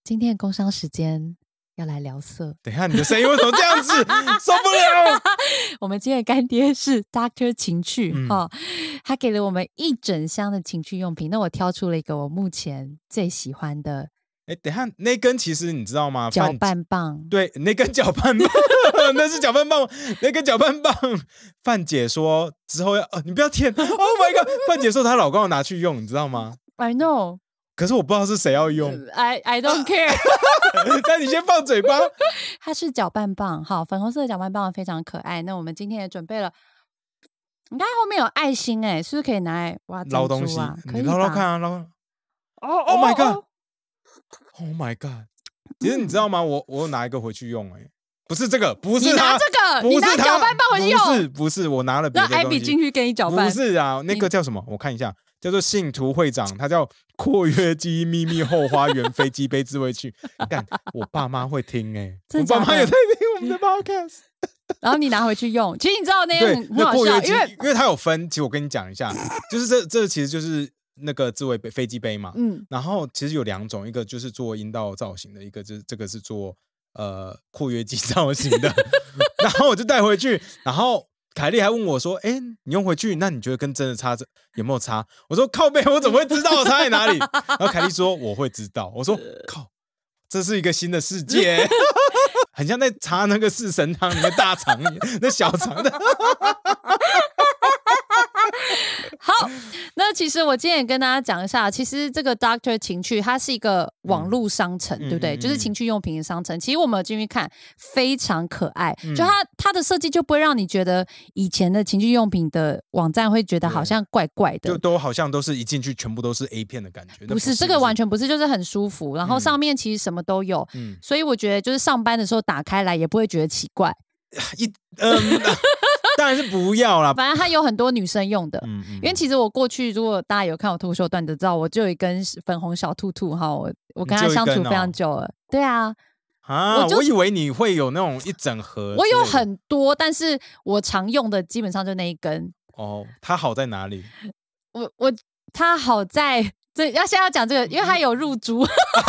今天的工商时间要来聊色。 等一下，你的声音为什么这样子？受不了！ 我们今天的干爹是 Dr. 情趣他给了我们一整箱的情趣用品。那我挑出了一个我目前最喜欢的。 等一下，那根其实你知道吗？ 搅拌棒。 对，那根搅拌棒，那是搅拌棒。那根搅拌棒，范姐说之后要你不要舔。Oh my god！ 范姐说她老公要拿去用，你知道吗 ？I know。 可是我不知道是谁要用。 I don't care 。 但你先放嘴巴。 它是搅拌棒，好，粉红色的搅拌棒非常可爱。那我们今天也准备了，你看后面有爱心是不是可以拿来挖捞东西？ 可以你捞看啊，捞。Oh my god！Oh my god！ 其实你知道吗？我有拿一个回去用不是这个，不是你拿这个，你拿搅拌棒回去用？ 不是，我拿了别的东西。 让艾比进去给你搅拌？ 不是啊，那个叫什么？我看一下，叫做信徒会长，他叫括约肌秘密后花园飞机杯自慰器。干，我爸妈会听我爸妈也在听我们的 podcast。 然后你拿回去用，其实你知道那样很好笑， 因为它有分。其实我跟你讲一下，就是这其实就是那个自慰杯飞机杯嘛。然后其实有两种，一个就是做阴道造型的，一个就是这个是做括约肌造型的。然后我就带回去，然后凯莉还问我说：“你用回去，那你觉得跟真的差有没有差？”我说：“靠背，我怎么会知道差在哪里？”然后凯莉说：“我会知道。”我说：“靠，这是一个新的世界。”很像在查那个四神汤里面大肠那小肠的。 好，那其实我今天也跟大家讲一下，其实这个 Dr. 情趣它是一个网络商城，对不对？就是情趣用品的商城。其实我们有进去看，非常可爱。就它的设计就不会让你觉得以前的情趣用品的网站会觉得好像怪怪的， 就都好像都是一进去全部都是 A 片的感觉。 不是，这个完全不是，就是很舒服。然后上面其实什么都有，所以我觉得就是上班的时候打开来也不会觉得奇怪。 当然是不要啦。 反正它有很多女生用的，因为其实我过去如果大家有看我脱口秀段就知道，我就有一根粉红小兔兔哈，我跟他相处非常久了。对啊， 我以为你会有那种一整盒。 我有很多，但是我常用的基本上就那一根。 它好在哪里？ 它好在现在要讲这个，因为它有入珠。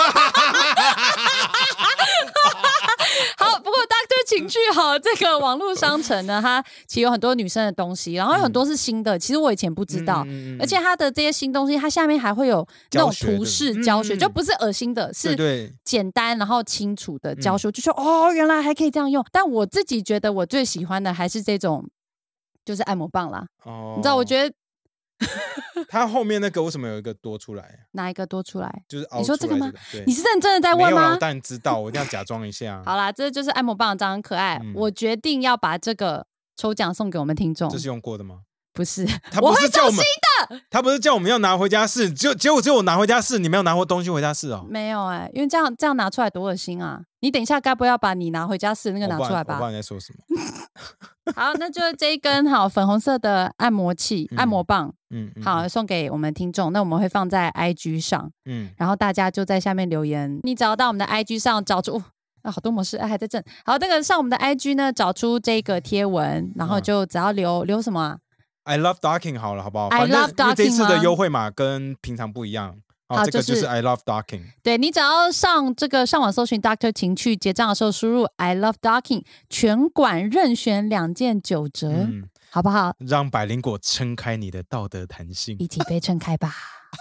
好，不过 Dr. 情趣这个网络商城呢，它其实有很多女生的东西，然后有很多是新的，其实我以前不知道，而且它的这些新东西，它下面还会有那种图示教学，就不是恶心的，是简单然后清楚的教学，就说原来还可以这样用。但我自己觉得我最喜欢的还是这种，就是按摩棒啦。你知道，我觉得。 它后面那个为什么有一个多出来？ 哪一个多出来？ 就是你说这个吗？ 对， 你是认真的在问吗？ 没有啦，我当然知道，我一定要假装一下。 好啦，这就是按摩棒，长很可爱。我决定要把这个抽奖送给我们听众。 这是用过的吗？ 不是， 他不是叫我们新的。 他不是叫我们要拿回家试，结果只有我拿回家试，你没有拿回东西回家试哦？ 没有因为这样拿出来多恶心啊！你等一下该不会要把你拿回家试那个拿出来吧？ 我不知道你在说什么。 好，那就是这一根粉红色的按摩器、按摩棒，好，送给我们听众。那我们会放在 IG 上，然后大家就在下面留言。你只要到我们的 IG 上找出好多模式，还在震。好，那个上我们的 IG 呢，找出这个贴文，然后就只要留什么 ？I love docking 好了，好不好？ I love docking 这次的优惠码跟平常不一样。这个就是 I love docking。 对，你只要上网搜寻 Dr. 情趣，结账的时候输入 I love docking， 全馆任选2件9折，好不好？ 让百灵果撑开你的道德弹性， 一起被撑开吧。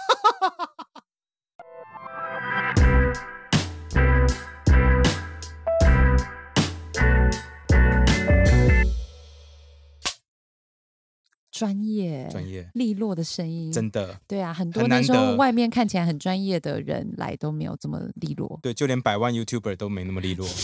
专业利落的声音， 真的。 对啊，很多那时候外面看起来很专业的人来都没有这么利落。 对，就连100万 YouTuber 都没那么利落。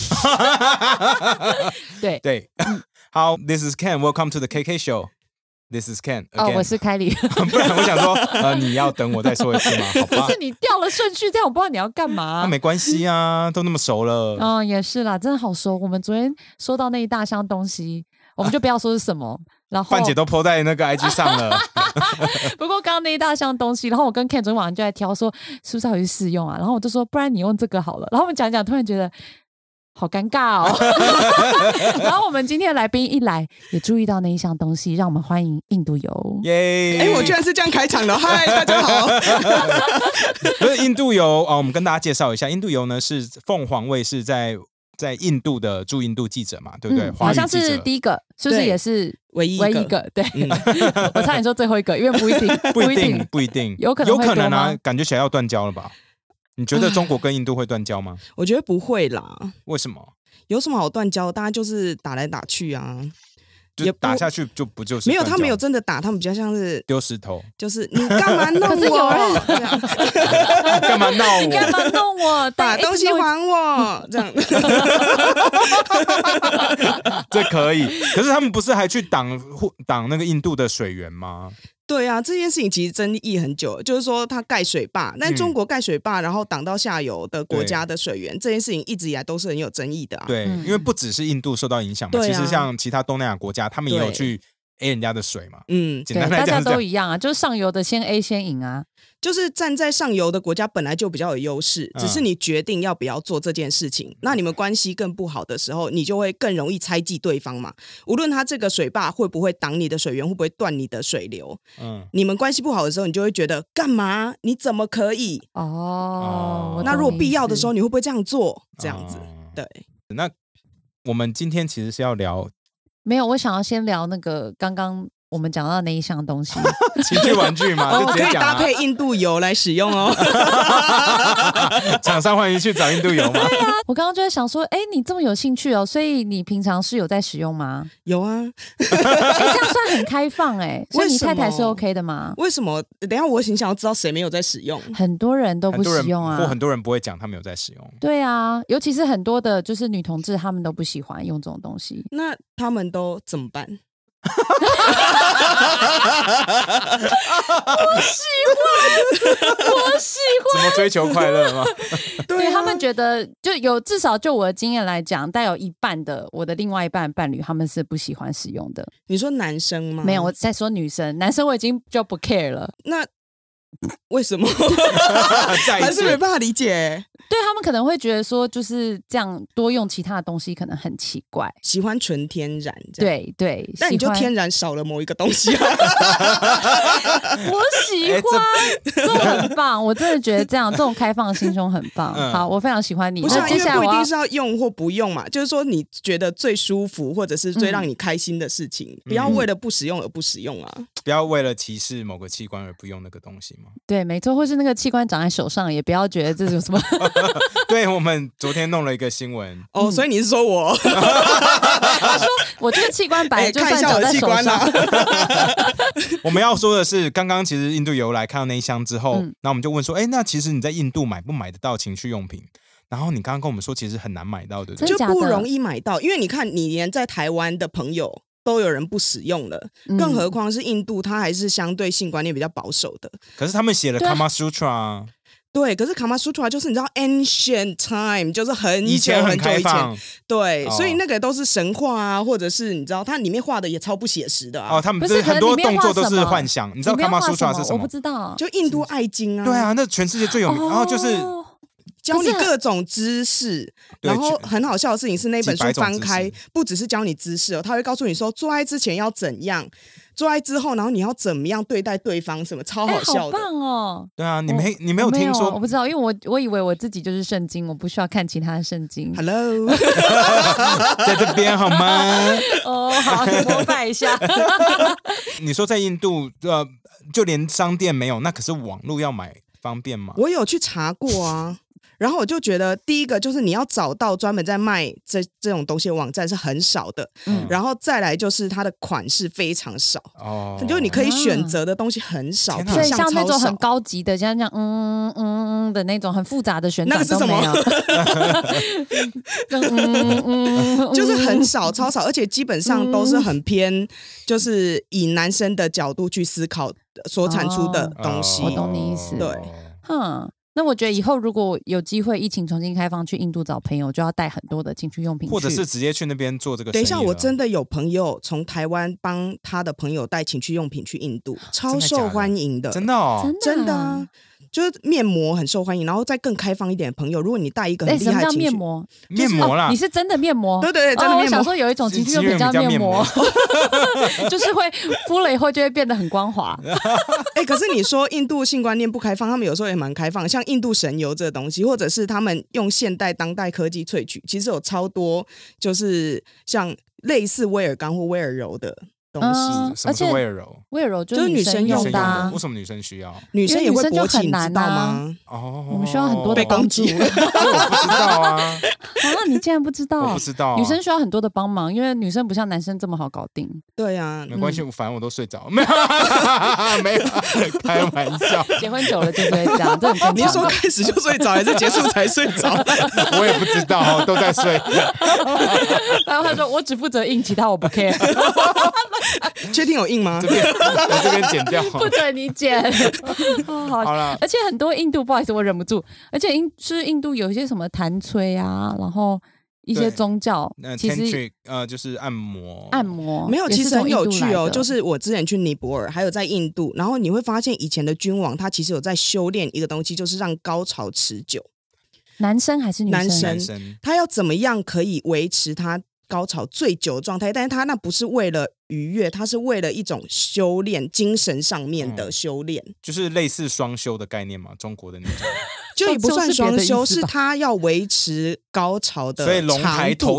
对， 好 ，This is Ken. Welcome to the KK Show.This is Ken. 我是凯莉。 不然我想说，你要等我再说一次吗？好吧。 不是你调了顺序，这样我不知道你要干嘛。 没关系啊，都那么熟了。 也是啦，真的好熟。我们昨天收到那一大箱东西，我们就不要说是什么。然后范姐都 po 在那个 IG 上了。 不过刚刚那一大箱东西，然后我跟 Ken 昨天晚上就在挑说是不是要去试用啊？然后我就说不然你用这个好了。然后我们讲突然觉得好尴尬哦。然后我们今天的来宾一来，也注意到那一项东西，让我们欢迎印度游。 耶！ 我居然是这样开场的，嗨，大家好。 不是印度游我们跟大家介绍一下，印度游呢是凤凰卫视在印度的驻印度记者嘛，对不对？ 好像是第一个，是不是也是唯一一个？ 对，我差点说最后一个，因为不一定，有可能啊，感觉起来要断交了吧？你觉得中国跟印度会断交吗？ 我觉得不会啦。 为什么？ 有什么好断交？大家就是打来打去啊， 就打下去就不就是没有？他没有真的打，他们比较像是丢石头， 就是你干嘛弄我？ 可是有人干嘛闹我？ 你干嘛弄我？ 把东西还我！这样， 这可以。可是他们不是还去挡那个印度的水源吗？ 对啊，这件事情其实争议很久，就是说他盖水坝，但中国盖水坝，然后挡到下游的国家的水源，这件事情一直以来都是很有争议的啊。 对，因为不只是印度受到影响嘛，其实像其他东南亚国家，他们也有去 A 人家的水嘛。简单来讲， 大家都一样啊，就是上游的先 A 先赢啊。 就是站在上游的国家本来就比较有优势，只是你决定要不要做这件事情。那你们关系更不好的时候，你就会更容易猜忌对方嘛。无论他这个水坝会不会挡你的水源，会不会断你的水流，你们关系不好的时候，你就会觉得干嘛？你怎么可以？那如果必要的时候，你会不会这样做？这样子，对。 那我们今天其实是要聊， 没有，我想要先聊那个刚刚我们讲到的那一项东西， 情趣玩具嘛，就直接讲可以搭配印度油来使用哦。 厂商欢迎去找印度油嘛。 对啊，我刚刚就在想说，你这么有兴趣哦，所以你平常是有在使用吗？ 有啊。 这样算很开放所以你太太是 OK 的吗？ 为什么？等一下我很想要知道谁没有在使用。 很多人都不使用啊， 或很多人不会讲他们有在使用。 对啊，尤其是很多的就是女同志，他们都不喜欢用这种东西。 那他们都怎么办？我喜欢， 怎么追求快乐吗？ 对他们觉得就有，至少就我的经验来讲，大概有一半的我的另外一半伴侣他们是不喜欢使用的。 你说男生吗？ 没有，我在说女生，男生我已经就不 care 了。 那为什么？还是没办法理解。 对，他们可能会觉得说，就是这样多用其他的东西可能很奇怪， 喜欢纯天然。 对对， 但你就天然少了某一个东西啊。 我喜欢，这种很棒，我真的觉得这样这种开放的心胸很棒。好，我非常喜欢你。 不是， 接下来不一定是要用或不用嘛，就是说你觉得最舒服或者是最让你开心的事情，不要为了不使用而不使用啊。 不要为了歧视某个器官而不用那个东西吗？ 对，没错，或是那个器官长在手上，也不要觉得这是什么。 对，我们昨天弄了一个新闻所以你是说我？ 他说我这个器官本来就算长在手上。 我们要说的是，刚刚其实印度游来看到那一箱之后，那我们就问说，那其实你在印度买不买得到情趣用品？然后你刚刚跟我们说，其实很难买到，对不对？ 就不容易买到，因为你看，你连在台湾的朋友都有人不使用了，更何况是印度，它还是相对性观念比较保守的。 可是他们写了 Kama Sutra。 对，可是 Kama Sutra 就是你知道 ancient time， 就是很久以前很久以前，对， 所以那个都是神话啊，或者是你知道它里面画的也超不写实的啊。 他们很多动作都是幻想。你知道 Kama Sutra 是什么？ 我不知道， 就印度爱经啊。 对啊，那全世界最有名，然后就是教你各种姿势，然后很好笑的事情是那本书翻开，不只是教你姿势他会告诉你说做爱之前要怎样。做爱之后，然后你要怎么样对待对方，什么超好笑的。 好棒哦！ 对啊，你没有听说？ 我不知道，因为我以为我自己就是圣经，我不需要看其他的圣经。 Hello， 在这边好吗？ 好，膜拜一下。 你说在印度，就连商店没有，那可是网络要买方便吗？ 我有去查过啊。然后我就觉得，第一个就是你要找到专门在卖这种东西的网站是很少的，然后再来就是它的款式非常少，就你可以选择的东西很少， 所以像那种很高级的，像这样的那种很复杂的旋转都没有， 就是很少，超少，而且基本上都是很偏，就是以男生的角度去思考所产出的东西。 我懂你意思， 对， 那我觉得以后如果有机会疫情重新开放去印度找朋友，就要带很多的情趣用品去， 或者是直接去那边做这个生意。 等一下，我真的有朋友从台湾帮他的朋友带情趣用品去印度，超受欢迎的。 真的哦， 真的啊。 就是面膜很受欢迎，然后再更开放一点的朋友，如果你带一个很厉害的情绪， 什么叫面膜？ 面膜啦， 你是真的面膜？ 对对对，真的面膜。 我想说有一种情趣用品叫面膜，就是会敷了以后就会变得很光滑。 可是你说印度性观念不开放，他们有时候也蛮开放，像印度神油这个东西，或者是他们用现代当代科技萃取，其实有超多就是像类似威尔刚或威尔柔的东西。 什么是威尔柔？ 威尔柔就是女生用的啊。 为什么女生需要？ 女生也会勃起，你知道吗？ 我们需要很多的帮助。 我不知道啊。 你竟然不知道？ 我不知道。 女生需要很多的帮忙，因为女生不像男生这么好搞定。 对啊， 没关系，反正我都睡着。没有，开玩笑。 结婚久了就是会这样，这很正常。 你说开始就睡着，还是结束才睡着？ 我也不知道，都在睡。 然后他说：“我只负责硬，其他我不 care。” 确定有硬吗？ 我这边剪掉， 不准你剪。 好了， 而且很多印度，不好意思，我忍不住。而且印度有一些什么弹吹啊，然后一些宗教，其实就是按摩。 没有，其实很有趣哦。就是我之前去尼泊尔，还有在印度，然后你会发现以前的君王他其实有在修炼一个东西，就是让高潮持久。 男生还是女生？ 男生，他要怎么样可以维持他高潮最久的状态？但是他那不是为了愉悦，他是为了一种修炼，精神上面的修炼， 就是类似双修的概念嘛，中国的那种。 就也不算双修，是他要维持高潮的长度， 所以龙抬头。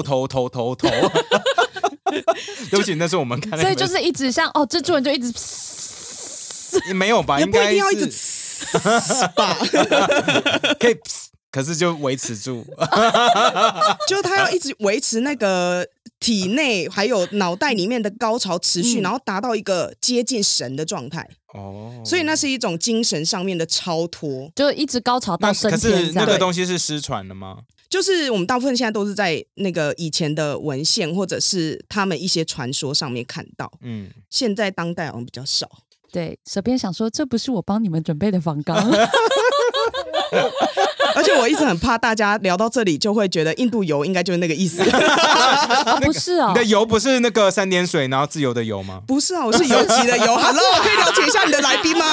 对不起，那是我们看的。 所以就是一直像蜘蛛人就一直没有吧？ 也不一定要一直吧， 可以。可是就维持住， 就他要一直维持那个体内还有脑袋里面的高潮持续，然后达到一个接近神的状态。所以那是一种精神上面的超脱， 就一直高潮到升天。 可是那个东西是失传的吗？ 就是我们大部分现在都是在那个以前的文献或者是他们一些传说上面看到，现在当代好像比较少。 对，手边想说这不是我帮你们准备的访纲。 而且我一直很怕大家聊到这里就会觉得印度油应该就是那个意思。 不是啊， 你的油不是那个3点水然后自由的油吗？ 不是啊，我是油漆的油。Hello， 可以了解一下你的来宾吗？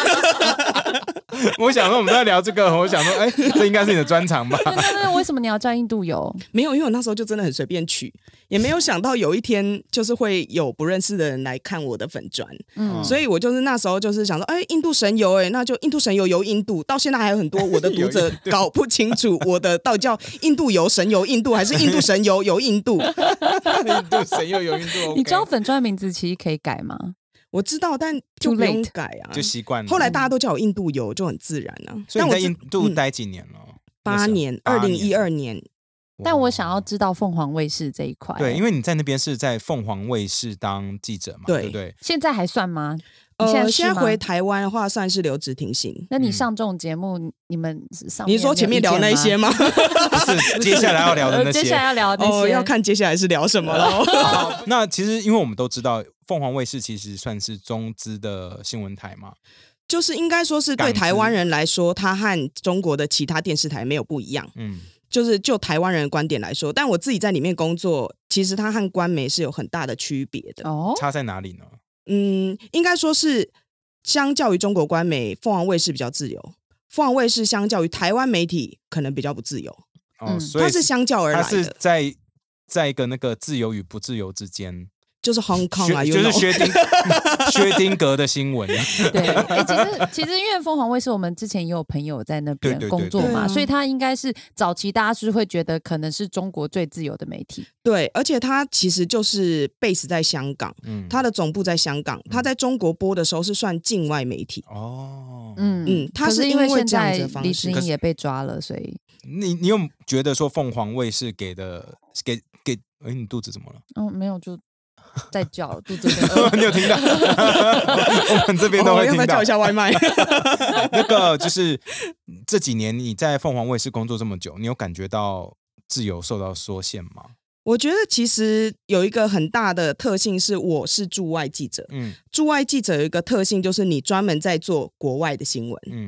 我想说我们都在聊这个，我想说这应该是你的专长吧。 那为什么你要叫印度油？ 没有，因为我那时候就真的很随便取，也没有想到有一天就是会有不认识的人来看我的粉专，所以我就是那时候就是想说印度神油那就印度神油印度。到现在还有很多我的读者搞不清楚我的到底叫印度油神油印度还是印度神油印度。 印度神油印度、 你知道粉专名字其实可以改吗？ 我知道，但就不用改啊， 就习惯了。 后来大家都叫我印度油，就很自然啊。 所以你在印度待几年了 ？8年，2012年。 但我想要知道凤凰卫视这一块。 对，因为你在那边是在凤凰卫视当记者嘛，对不对？ 现在还算吗？ 现在回台湾的话，算是留职停薪。 那你上这种节目，你们上你说前面聊那些吗？ 不是，接下来要聊的那些。 接下来要聊的那些， 要看接下来是聊什么了。那其实因为我们都知道，凤凰卫视其实算是中资的新闻台嘛。 就是应该说是对台湾人来说，它和中国的其他电视台没有不一样。就是就台湾人的观点来说，但我自己在里面工作，其实它和官媒是有很大的区别的。 差在哪里呢？ 应该说是相较于中国官媒，凤凰卫视比较自由。凤凰卫视相较于台湾媒体可能比较不自由。所以它是相较而来的， 它是在一个那个自由与不自由之间。 就是 Hong Kong 啊， 就是薛丁格的新闻。 对，其实因为凤凰卫视，我们之前也有朋友在那边工作嘛，所以他应该是早期大家是会觉得可能是中国最自由的媒体。 对，而且他其实就是 base 在香港，他的总部在香港，他在中国播的时候是算境外媒体。他是因为现在李志英也被抓了，所以你有觉得说凤凰卫视给你肚子怎么了？ 没有就。在叫肚子饿。 你有听到？我们这边都会听到。 要不要叫一下外卖？ 那个就是这几年你在凤凰卫视工作这么久，你有感觉到自由受到缩限吗？ 我觉得其实有一个很大的特性是，我是驻外记者。驻外记者有一个特性就是你专门在做国外的新闻。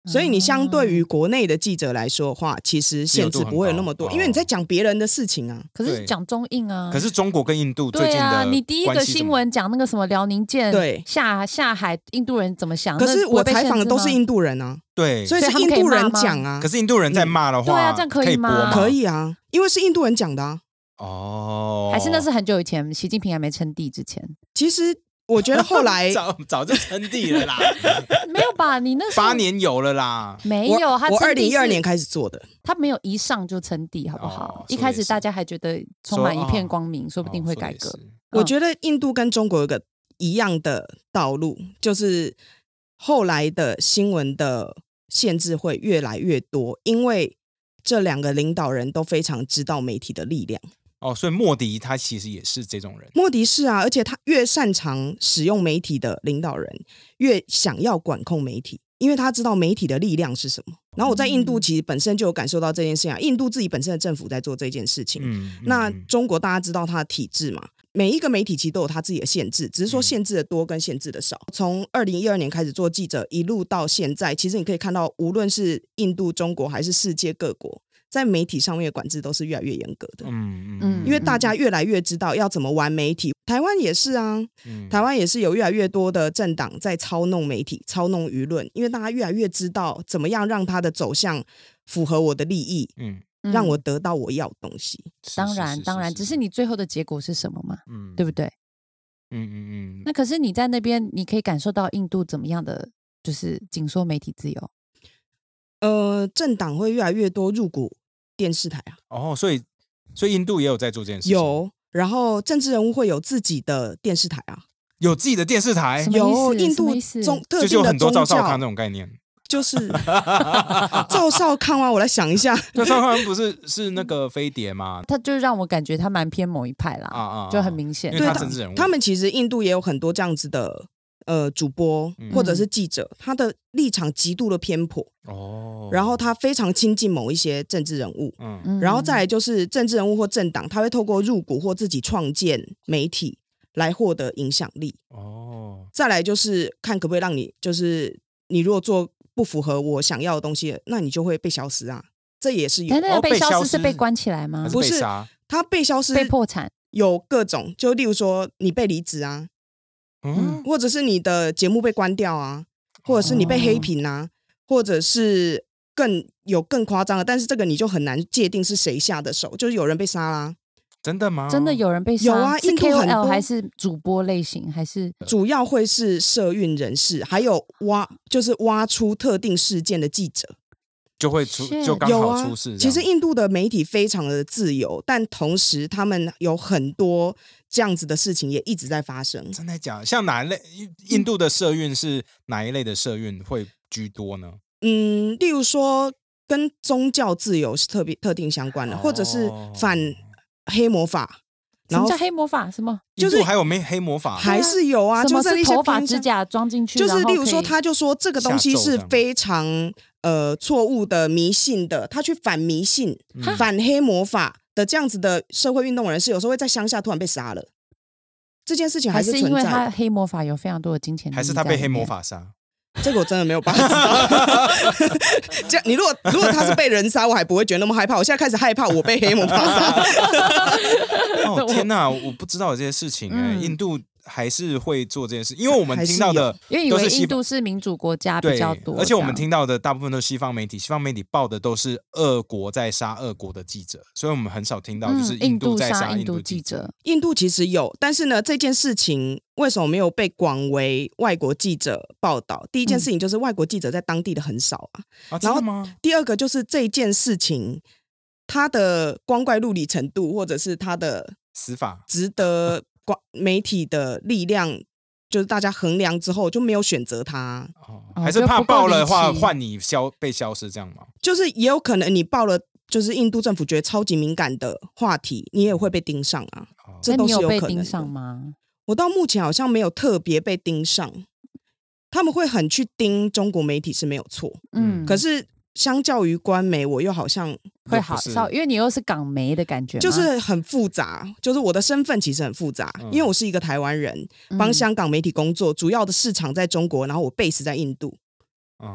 所以你相对于国内的记者来说的话，其实限制不会有那么多，因为你在讲别人的事情啊。 可是讲中印啊， 可是中国跟印度最近的对啊，你第一个新闻讲那个什么辽宁舰下海，印度人怎么想？ 可是我采访的都是印度人啊， 对， 所以是印度人讲啊。 可是印度人在骂的话， 对啊，这样可以吗？ 可以啊，因为是印度人讲的啊。 还是那是很久以前，习近平还没称帝之前。 其实我觉得后来早就称帝了啦。 没有吧？你那 8年有了啦。 没有， 我2012年开始做的， 他没有一上就称帝，好不好？一开始大家还觉得充满一片光明，说不定会改革。 我觉得印度跟中国有个一样的道路，就是后来的新闻的限制会越来越多，因为这两个领导人都非常知道媒体的力量。 所以莫迪他其实也是这种人。 莫迪是啊，而且他越擅长使用媒体的领导人，越想要管控媒体，因为他知道媒体的力量是什么。然后我在印度其实本身就有感受到这件事情啊，印度自己本身的政府在做这件事情。那中国大家知道他的体制嘛，每一个媒体其实都有他自己的限制，只是说限制的多跟限制的少。从2012年开始做记者，一路到现在，其实你可以看到，无论是印度、中国还是世界各国，在媒体上面的管制都是越来越严格的。因为大家越来越知道要怎么玩媒体。台湾也是啊，台湾也是有越来越多的政党在操弄媒体、操弄舆论，因为大家越来越知道怎么样让它的走向符合我的利益，让我得到我要的东西。 当然，只是你最后的结果是什么嘛？对不对？那可是你在那边，你可以感受到印度怎么样的，就是紧缩媒体自由。 政党会越来越多入股电视台啊。 所以印度也有在做这件事情。 有，然后政治人物会有自己的电视台啊。 有自己的电视台？ 有，印度就是有很多赵少康那种概念。 就是赵少康啊，我来想一下。 赵少康不是那个飞碟吗？ 他就让我感觉他蛮偏某一派啦，就很明显。 因为他政治人物。 他们其实印度也有很多这样子的主播或者是记者，他的立场极度的偏颇。然后他非常亲近某一些政治人物。然后再来就是政治人物或政党，他会透过入股或自己创建媒体来获得影响力。再来就是看可不可以让你，就是你如果做不符合我想要的东西，那你就会被消失啊。这也是有。 那被消失是被关起来吗？ 不是，他被消失被破产，有各种，就例如说你被离职啊，或者是你的节目被关掉啊，或者是你被黑屏啊，或者是更夸张的，但是这个你就很难界定是谁下的手，就是有人被杀啦。 真的吗？ 真的有人被杀？ 有啊， 是 KOL 还是主播类型，还是主要会是社运人士，还有就是挖出特定事件的记者就会就刚好出事。 其实印度的媒体非常的自由，但同时他们有很多这样子的事情也一直在发生。 真的假的？像哪一类印度的社运是哪一类的社运会居多呢？ 例如说跟宗教自由是特定相关的，或者是反黑魔法。 什么叫黑魔法？什么？ 就是还有黑魔法？ 还是有啊？ 什么是头发指甲装进去？ 就是例如说，他就说这个东西是非常错误的、迷信的，他去反迷信、反黑魔法的这样子的社会运动人士，有时候会在乡下突然被杀了。这件事情还是存在的。 因为他黑魔法有非常多的金钱， 还是他被黑魔法杀？ 这个我真的没有办法知道。这样，你如果他是被人杀，我还不会觉得那么害怕。我现在开始害怕我被黑魔法杀。 天哪，我不知道有这些事情。印度还是会做这件事，因为我们听到的， 因为以为印度是民主国家比较多， 而且我们听到的大部分都是西方媒体报的都是俄国在杀俄国的记者，所以我们很少听到就是印度在杀印度记者。 印度其实有，但是呢，这件事情为什么没有被广为外国记者报道？第一件事情就是外国记者在当地的很少啊。 然后第二个就是这件事情，它的光怪陆离程度，或者是它的司法值得媒体的力量，就是大家衡量之后就没有选择它。 还是怕报了的话换你被消失这样吗？ 就是也有可能你报了，就是印度政府觉得超级敏感的话题，你也会被盯上啊。这都是有可能的。 你有被盯上吗？ 我到目前好像没有特别被盯上，他们会很去盯中国媒体是没有错，可是相较于官媒，我又好像会好少，因为你又是港媒的感觉， 就是很复杂。就是我的身份其实很复杂，因为我是一个台湾人，帮香港媒体工作，主要的市场在中国，然后我 base 在印度。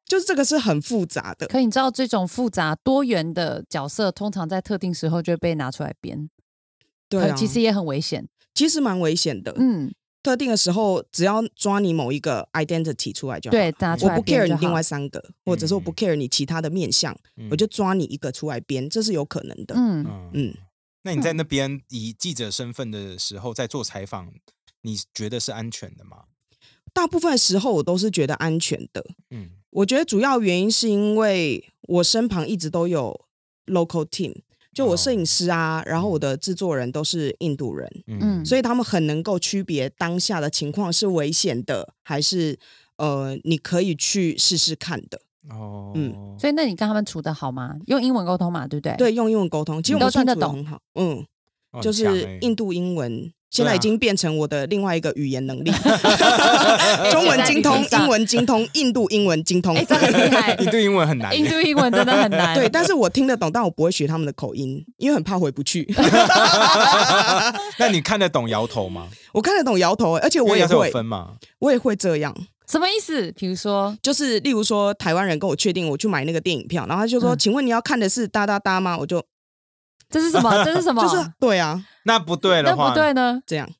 就是这个是很复杂的。 可你知道这种复杂多元的角色，通常在特定时候就会被拿出来编， 对啊， 其实也很危险， 其实蛮危险的。特定的时候，只要抓你某一个 identity 出来就好。 对，拿出来我不 care 你另外3个，或者是我不 care 你其他的面向，我就抓你一个出来编，这是有可能的。 那你在那边以记者身份的时候，在做采访，你觉得是安全的吗？ 大部分的时候我都是觉得安全的。我觉得主要原因是因为我身旁一直都有 local team。就我摄影师啊，然后我的制作人都是印度人，所以他们很能够区别当下的情况是危险的，还是你可以去试试看的。 所以那你跟他们处得好吗？用英文沟通嘛，对不对？ 对，用英文沟通，其实我们算处得很好。就是印度英文。现在已经变成我的另外一个语言能力，中文精通，英文精通，印度英文精通， 这很厉害。 印度英文很难， 印度英文真的很难。 对，但是我听得懂，但我不会学他们的口音，因为很怕回不去。 那你看得懂摇头吗？ 我看得懂摇头，而且我也会分嘛， 我也会这样。 什么意思？比如说， 就是例如说，台湾人跟我确定我去买那个电影票，然后他就说：“请问你要看的是哒哒哒吗？”我就这是什么？这是什么？ 就是对啊， 那不对的话， 那不对呢？ 这样。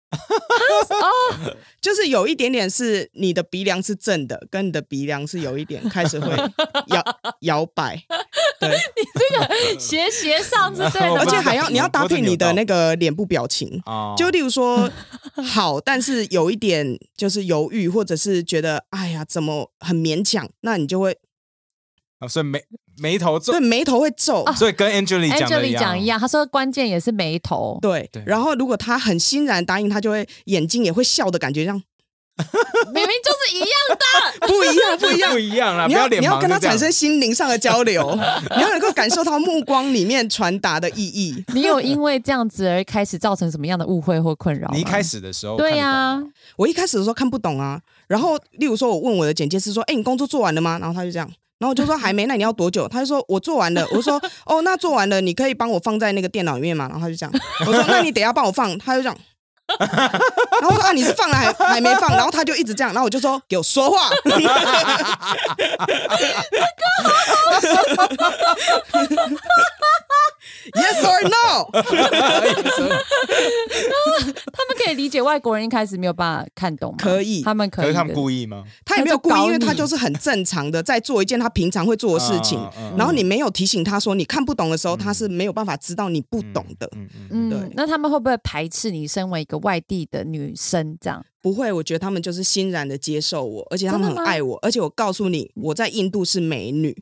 就是有一点点是你的鼻梁是正的，跟你的鼻梁是有一点开始会摇摆。对， 你这个斜上是对的， 而且你要搭配你的那个脸部表情。就例如说好，但是有一点就是犹豫，或者是觉得哎呀怎么很勉强，那你就会所以眉头皱， 对，眉头会皱， 所以跟 Angela 讲一样，他说关键也是眉头， 对。然后如果他很欣然答应，他就会眼睛也会笑的感觉，这样明明就是一样的， 不一样啦！ 你要跟他产生心灵上的交流，你要能够感受到目光里面传达的意义。 你有因为这样子而开始造成什么样的误会或困扰吗？ 你一开始的时候， 对呀， 我一开始的时候看不懂啊。然后例如说我问我的剪接师说：“你工作做完了吗？”然后他就这样。然后我就说还没，那你要多久？他就说我做完了。我说哦，那做完了，你可以帮我放在那个电脑里面吗？然后他就这样。我说那你等一下帮我放。他就这样。然后我说啊，你是放了还没放？然后他就一直这样。然后我就说给我说话。Yes or no？ 他们可以理解外国人一开始没有办法看懂吗？ 可以， 他们可以。 可是他们故意吗？ 他也没有故意，因为他就是很正常的在做一件他平常会做的事情。然后你没有提醒他说你看不懂的时候，他是没有办法知道你不懂的。对。 那他们会不会排斥你身为一个外地的女生这样？ 不会，我觉得他们就是欣然的接受我，而且他们很爱我，而且我告诉你，我在印度是美女。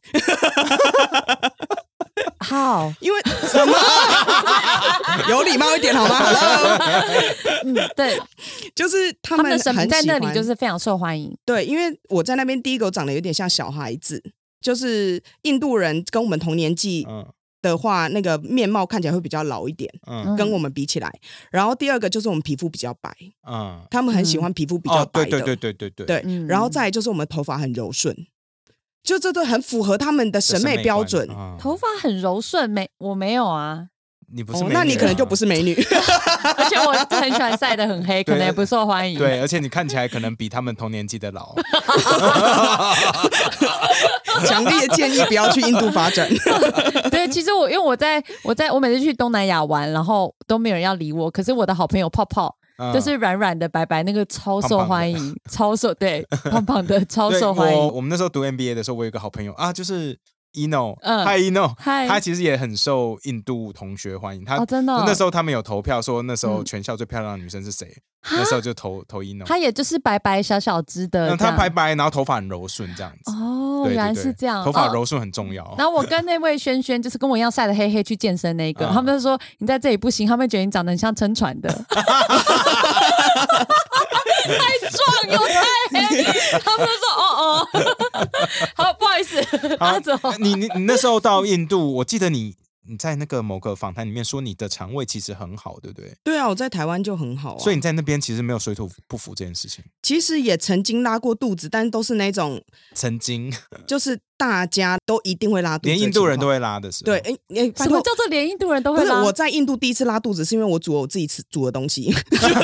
好， 因为什么？有礼貌一点好吗 ？Hello， 对， 就是他们的审美在那里就是非常受欢迎。 对，因为我在那边第一个我长得有点像小孩子，就是印度人跟我们同年纪的话，那个面貌看起来会比较老一点，跟我们比起来。然后第二个就是我们皮肤比较白，他们很喜欢皮肤比较白的，对。然后再来就是我们头发很柔顺。就这都很符合他们的审美标准。 头发很柔顺，我没有啊。 你不是美女， 那你可能就不是美女。 而且我很喜欢晒得很黑，可能也不受欢迎。 对，而且你看起来可能比他们同年纪的老。 强烈建议不要去印度发展。 对，其实因为我每次去东南亚玩，然后都没有人要理我，可是我的好朋友泡泡。就是软软的白白那个超受欢迎，对胖胖的超受欢迎。 我们那时候读 MBA 的时候，我有一个好朋友啊，就是 Eno，Hi Eno，他其实也很受印度同学欢迎。他真的那时候他们有投票说那时候全校最漂亮的女生是谁，那时候就投 Eno。 他也就是白白小小只的， 他白白，然后头发很柔顺这样子。 哦，原来是这样， 头发柔顺很重要。 然后我跟那位轩轩就是跟我一样晒得黑黑去健身那个，他们就说你在这里不行，他们觉得你长得很像撑船的。太壮又太黑，他们就说好，不好意思，阿总， 你那时候到印度，我记得你在那个某个访谈里面说你的肠胃其实很好，对不对？ 对啊，我在台湾就很好啊。 所以你在那边其实没有水土不服这件事情。 其实也曾经拉过肚子，但都是那种曾经就是大家都一定会拉肚子， 连印度人都会拉的时候。 对， 什么叫做连印度人都会拉？ 不是我在印度第一次拉肚子，是因为我煮我自己煮的东西，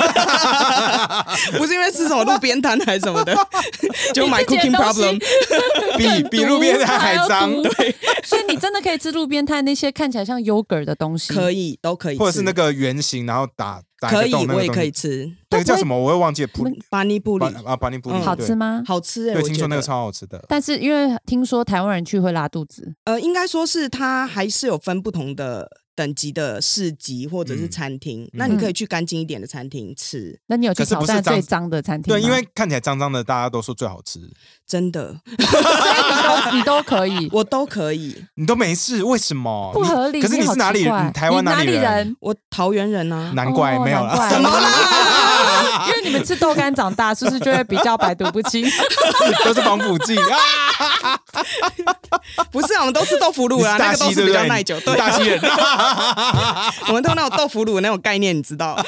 不是因为吃什么路边摊还是什么的，就买 cooking problem， 比路边摊还脏。 对， 所以你真的可以吃路边摊那些看起来像 yogurt 的东西， 可以都可以吃， 或者是那个圆形，然后打可以， 我也可以吃。 那个叫什么？我会忘记了。 巴尼布里巴尼布里好吃吗？ 好吃对，听说那个超好吃的。 但是因为听说台湾人去会拉肚子， 应该说是它还是有分不同的等级的市集或者是餐厅，那你可以去干净一点的餐厅吃。 那你有去挑战最脏的餐厅吗？ 对，因为看起来脏脏的，大家都说最好吃。 真的， 所以你都可以， 我都可以， 你都没事，为什么？ 不合理。 可是你是哪里人？台湾哪里人？ 我桃园人啊。 难怪没有了， 怎么啦？ 因为你们吃豆干长大，是不是就会比较百毒不侵？ 都是防腐剂啊！ 不是啊，我们都吃豆腐乳啊，那个都是比较耐久。对， 大溪人， 我们都那种豆腐乳的那种概念，你知道？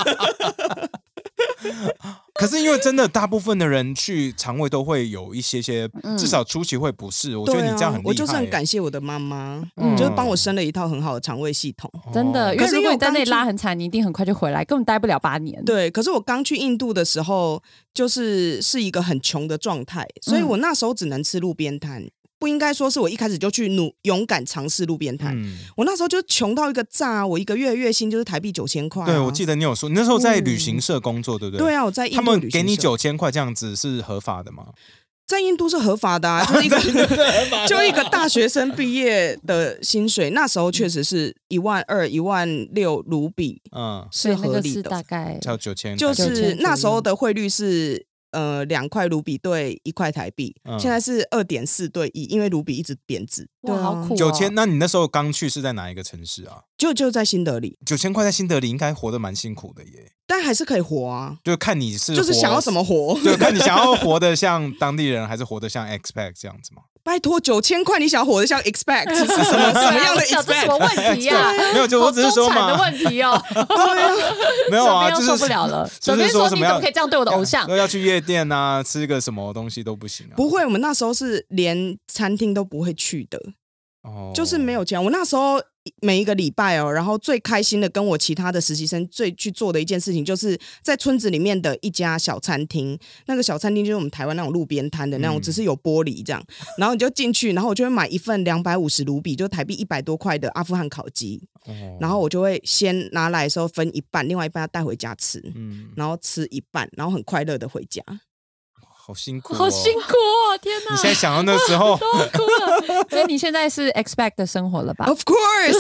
可是因为真的大部分的人去肠胃都会有一些至少初期会不适，我觉得你这样很厉害。 我就是很感谢我的妈妈，就是帮我生了一套很好的肠胃系统。 真的，因为如果你在那里拉很惨，你一定很快就回来，根本待不了8年。 对，可是我刚去印度的时候，是一个很穷的状态，所以我那时候只能吃路边摊。不应该说是我一开始就去勇敢尝试路边摊，我那时候就穷到一个炸，我一个月月薪就是台币9000块。 对，我记得你有说，你那时候在旅行社工作，对不对？ 对啊，我在印度他们给你9000块这样子是合法的吗？ 在印度是合法的啊，就一个大学生毕业的薪水，那时候确实是12000、16000卢比，是合理的， 大概叫9000， 就是那时候的汇率是。2块卢比对1块台币，现在是2.4对1，因为卢比一直贬值。 哇，好苦 ！9000，那你那时候刚去是在哪一个城市啊？ 就在新德里。 9000块在新德里应该活得蛮辛苦的耶， 但还是可以活啊。 就看你是就是想要怎么活， 就看你想要活得像当地人，还是活得像 expat 这样子嘛。 拜托，9000块你想要活得像 expect 是什么样的 expect？ 这什么问题啊？ 没有，就我只是说嘛， 的问题哦。 没有啊，就是受不了了。 就是说什么你怎么可以这样对我的偶像？ 要去夜店啊，吃个什么东西都不行啊。 不会，我们那时候是连餐厅都不会去的。就是没有钱。我那时候每一个礼拜然后最开心的跟我其他的实习生最去做的一件事情，就是在村子里面的一家小餐厅。那个小餐厅就是我们台湾那种路边摊的那种，只是有玻璃这样。然后你就进去，然后我就会买一份250卢比，就台币100多块的阿富汗烤鸡。然后我就会先拿来的时候分一半，另外一半要带回家吃。然后吃一半，然后很快乐的回家。 好辛苦， 好辛苦哦！天哪！ 你现在想到那时候都哭了。所以你现在是 expect 的生活了吧 ？Of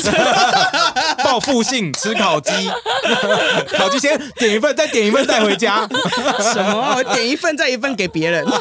course， 报复性吃烤鸡，烤鸡先点一份，再点一份带回家。 什么？我点一份再一份给别人。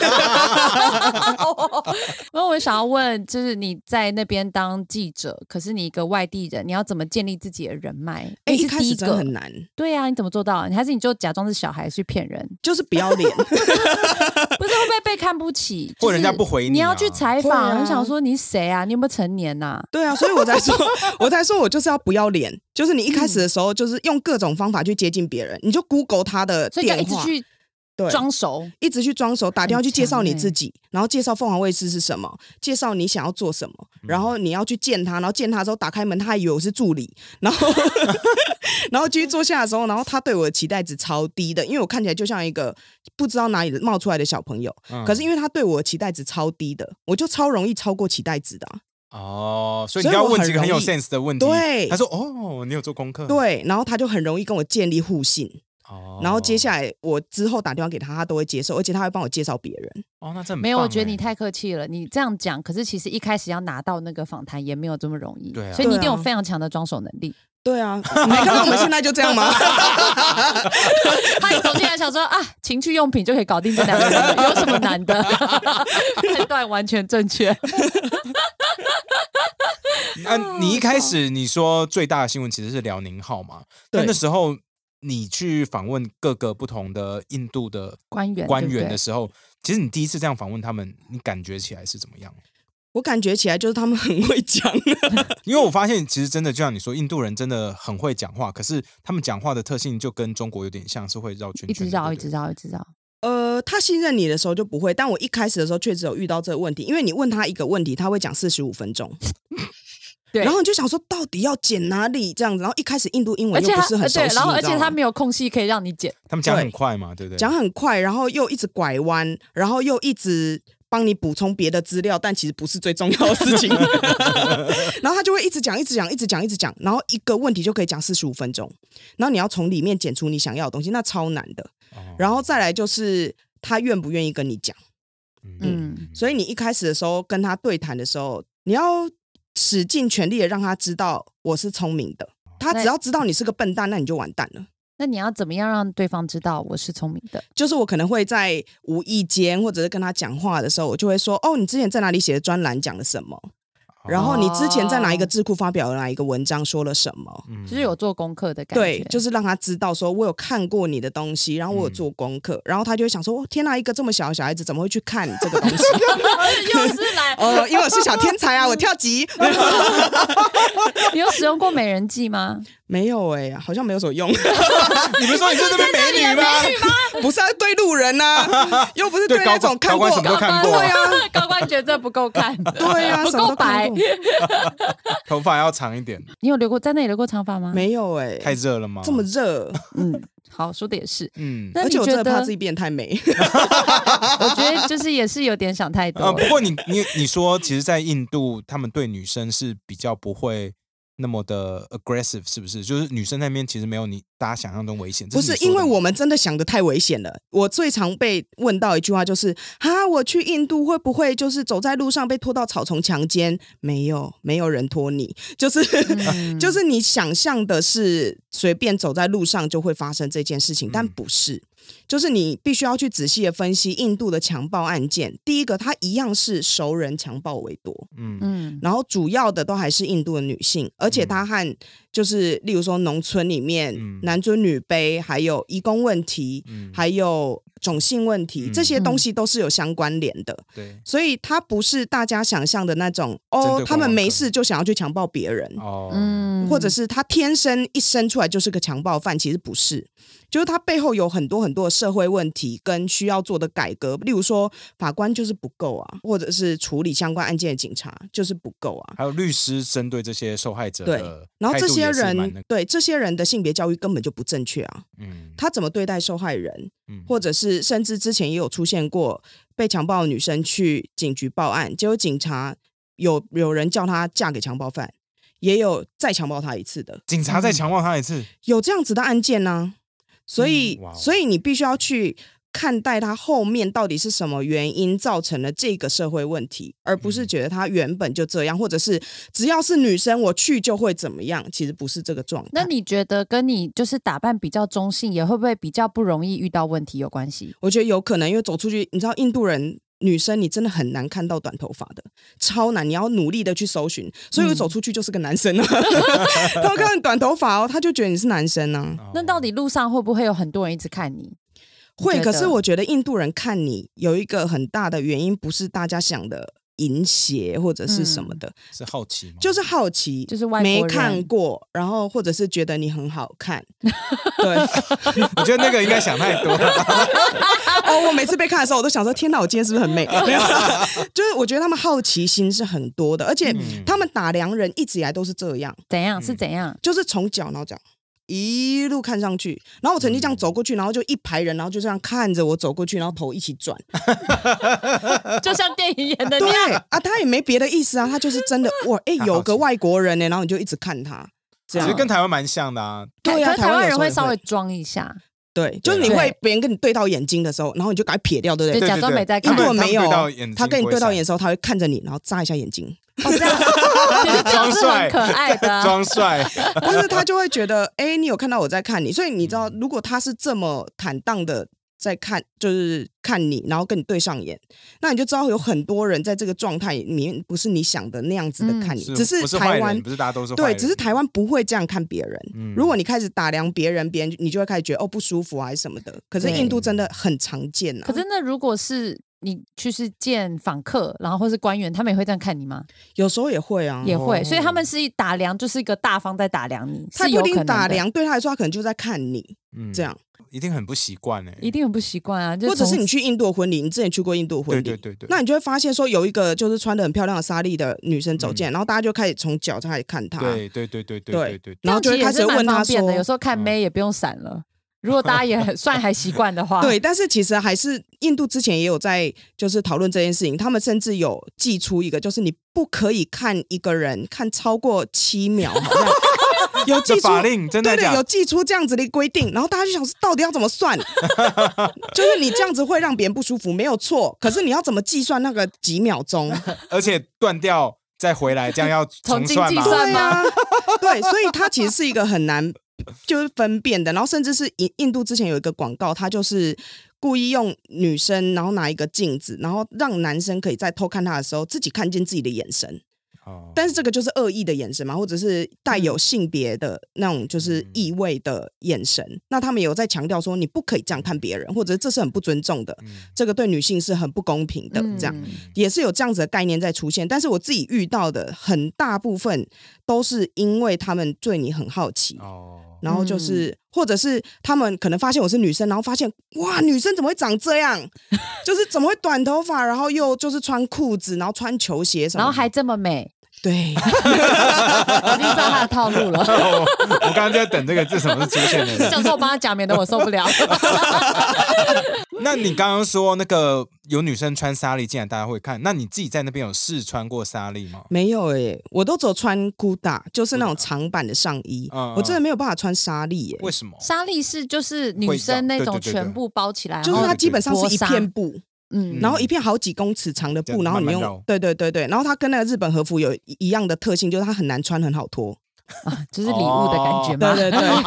那我想要问，就是你在那边当记者，可是你一个外地人，你要怎么建立自己的人脉？ 一开始真的很难。 对啊，你怎么做到？还是你就假装是小孩去骗人？ 就是不要脸。 不是会不会被看不起？ 或人家不回你， 你要去采访，我想说你谁啊？你有没有成年啊？ 对啊，所以我才说我就是要不要脸。就是你一开始的时候，就是用各种方法去接近别人，你就 Google 他的电话， 所以就一直去装熟， 一直去装熟，打电话去介绍你自己，然后介绍凤凰卫视是什么，介绍你想要做什么，然后你要去见他，然后见他之后打开门，他还以为我是助理，然后然后继续坐下的时候，然后他对我的期待值超低的，因为我看起来就像一个不知道哪里冒出来的小朋友，可是因为他对我的期待值超低的，我就超容易超过期待值的所以你要问几个很有 sense 的问题。 对， 他说你有做功课。 对，然后他就很容易跟我建立互信。然后接下来我之后打电话给他，他都会接受，而且他会帮我介绍别人。 那真没有，我觉得你太客气了。你这样讲，可是其实一开始要拿到那个访谈也没有这么容易。 对啊， 所以你一定有非常强的装手能力。 对啊，没看到我们现在就这样吗？ 他一走进来想说情趣用品就可以搞定这两个人，有什么难的？判断完全正确。 你一开始你说最大的新闻其实是辽宁号嘛？那时候你去访问各个不同的印度的官员的时候，其实你第一次这样访问他们，你感觉起来是怎么样？ 我感觉起来就是他们很会讲。 因为我发现其实真的就像你说，印度人真的很会讲话，可是他们讲话的特性就跟中国有点像，是会绕圈圈， 一直绕。 他信任你的时候就不会，但我一开始的时候确实有遇到这个问题，因为你问他一个问题，他会讲45分钟。对，然后你就想说到底要剪哪里这样子，然后一开始印度英文又不是很熟悉， 然后而且他没有空隙可以让你剪， 他们讲很快嘛，对不对？ 讲很快，然后又一直拐弯，然后又一直帮你补充别的资料，但其实不是最重要的事情。然后他就会一直讲，然后一个问题就可以讲45分钟，然后你要从里面剪出你想要的东西，那超难的。然后再来就是他愿不愿意跟你讲，所以你一开始的时候跟他对谈的时候，你要使尽全力的让他知道我是聪明的，他只要知道你是个笨蛋，那你就完蛋了。 那你要怎么样让对方知道我是聪明的？ 就是我可能会在无意间或者是跟他讲话的时候，我就会说，哦，你之前在哪里写的专栏讲了什么，然后你之前在哪一个智库发表了哪一个文章说了什么， 就是有做功课的感觉。 对，就是让他知道说我有看过你的东西，然后我有做功课，然后他就会想说，天哪，一个这么小的小孩子怎么会去看这个东西？ 又是来因为我是小天才啊，我跳级。 你有使用过美人计吗？ 没有好像没有什么用。 你不是说你是那边美女吗？ 不是对路人啊，又不是对那种看过， 高官什么都看过。 对啊， 高官觉得这不够看。 对啊， 不够白， 头发要长一点。 你有在那里留过长发吗？ 没有太热了吗？ 这么热。 好，说的也是。 而且我真的怕自己变太美。 我觉得就是也是有点想太多。 不过你说，其实，在印度，他们对女生是比较不会那么的 aggressive， 是不是？就是女生那边其实没有大家想象中危险。 不是，因为我们真的想的太危险了。我最常被问到一句话就是我去印度会不会就是走在路上被拖到草丛强奸？没有人拖你，就是你想象的是随便走在路上就会发生这件事情，但不是。就是你必须要去仔细的分析印度的强暴案件。第一个，它一样是熟人强暴为多，然后主要的都还是印度的女性，而且它和就是例如说农村里面男尊女卑，还有移工问题，还有种姓问题，这些东西都是有相关联的。对，所以它不是大家想象的那种他们没事就想要去强暴别人，或者是他天生一生出来就是个强暴犯，其实不是。就是他背后有很多很多的社会问题跟需要做的改革，例如说法官就是不够啊，或者是处理相关案件的警察就是不够啊， 还有律师针对这些受害者的态度也是蛮然后这些人对这些人的性别教育根本就不正确啊，他怎么对待受害人，或者是甚至之前也有出现过被强暴的女生去警局报案，结果警察有人叫她嫁给强暴犯，也有再强暴她一次的， 警察再强暴她一次， 有这样子的案件啊。所以你必须要去看待它后面到底是什么原因造成了这个社会问题，而不是觉得它原本就这样，或者是只要是女生我去就会怎么样，其实不是这个状态。 那你觉得跟你就是打扮比较中性，也会不会比较不容易遇到问题有关系？ 我觉得有可能，因为走出去，你知道印度人女生你真的很难看到短头发的，超难，你要努力的去搜寻，所以我走出去就是个男生啊。他看你短头发他就觉得你是男生啊。 那到底路上会不会有很多人一直看你？ 会，可是我觉得印度人看你有一个很大的原因，不是大家想的淫邪或者是什么的， 是好奇吗？ 就是好奇， 就是外国人没看过，然后或者是觉得你很好看。对， 我觉得那个应该想太多了。 我每次被看的时候，我都想说：天哪，我今天是不是很美？没有，就是我觉得他们好奇心是很多的，而且他们打量人一直以来都是这样。 怎样？是怎样？ 就是从脚然后这样一路看上去，然后我曾经这样走过去，然后就一排人，然后就这样看着我走过去，然后头一起转， 就像电影演的那样。对啊， 他也没别的意思啊，他就是真的哇，有个外国人呢，然后你就一直看他，这样其实跟台湾蛮像的啊。 对啊， 台湾人会稍微装一下。 对，就是你会别人跟你对到眼睛的时候，然后你就赶快撇掉，对不对？ 就假装没在看。 印度人没有，他跟你对到眼的时候，他会看着你，然后眨一下眼睛。 这样装帅，可爱的装帅。 或者他就会觉得，你有看到我在看你，所以你知道，如果他是这么坦荡的在看，就是看你，然后跟你对上眼，那你就知道有很多人在这个状态里面不是你想的那样子的看你，只是台湾不是大家都是坏人， 对，只是台湾不会这样看别人。如果你开始打量别人你就会开始觉得不舒服啊还是什么的。可是印度真的很常见啊。 可是那如果是你去是见访客，然后或是官员，他们也会这样看你吗？ 有时候也会啊， 也会。所以他们是一打量，就是一个大方在打量你， 他不一定打量，对他来说他可能就在看你，这样。 一定很不习惯一定很不习惯啊！ 或者是你去印度婚礼，你之前去过印度婚礼， 对， 那你就会发现说有一个就是穿得很漂亮的纱丽的女生走进来，然后大家就开始从脚开始看她， 对， 然后就会开始问她说， 有时候看妹也不用闪了。如果大家也算还习惯的话， 对，但是其实还是印度之前也有在就是讨论这件事情，他们甚至有寄出一个，就是你不可以看一个人看超过7秒，好像有寄出法令，真的对，有寄出这样子的规定，然后大家就想说到底要怎么算，就是你这样子会让别人不舒服，没有错，可是你要怎么计算那个几秒钟， 而且断掉再回来，这样要重算吗？ 对啊， 对，所以它其实是一个很难。就是分辨的，然后甚至是印度之前有一个广告，它就是故意用女生，然后拿一个镜子，然后让男生可以在偷看她的时候自己看见自己的眼神。但是这个就是恶意的眼神嘛，或者是带有性别的那种就是意味的眼神。那他们有在强调说，你不可以这样看别人，或者这是很不尊重的，这个对女性是很不公平的。这样也是有这样子的概念在出现。但是我自己遇到的很大部分都是因为他们对你很好奇。然后就是，或者是他们可能发现我是女生，然后发现哇，女生怎么会长这样？就是怎么会短头发，然后又就是穿裤子，然后穿球鞋什么， 然后还这么美。 对， 我已经知道他的套路了。 我刚刚就在等这个字什么是出现的， 想说我帮他讲，免得我受不了。 那你刚刚说那个有女生穿纱丽进来大家会看，那你自己在那边有试穿过纱丽吗？ 没有耶，我都只有穿古打，就是那种长版的上衣，我真的没有办法穿纱丽耶。 为什么？ 纱丽是就是女生那种全部包起来， 就是它基本上是一片布。然后一片好几公尺长的布，然后你用对，然后它跟那个日本和服有一样的特性，就是它很难穿，很好脱。 就是礼物的感觉嘛。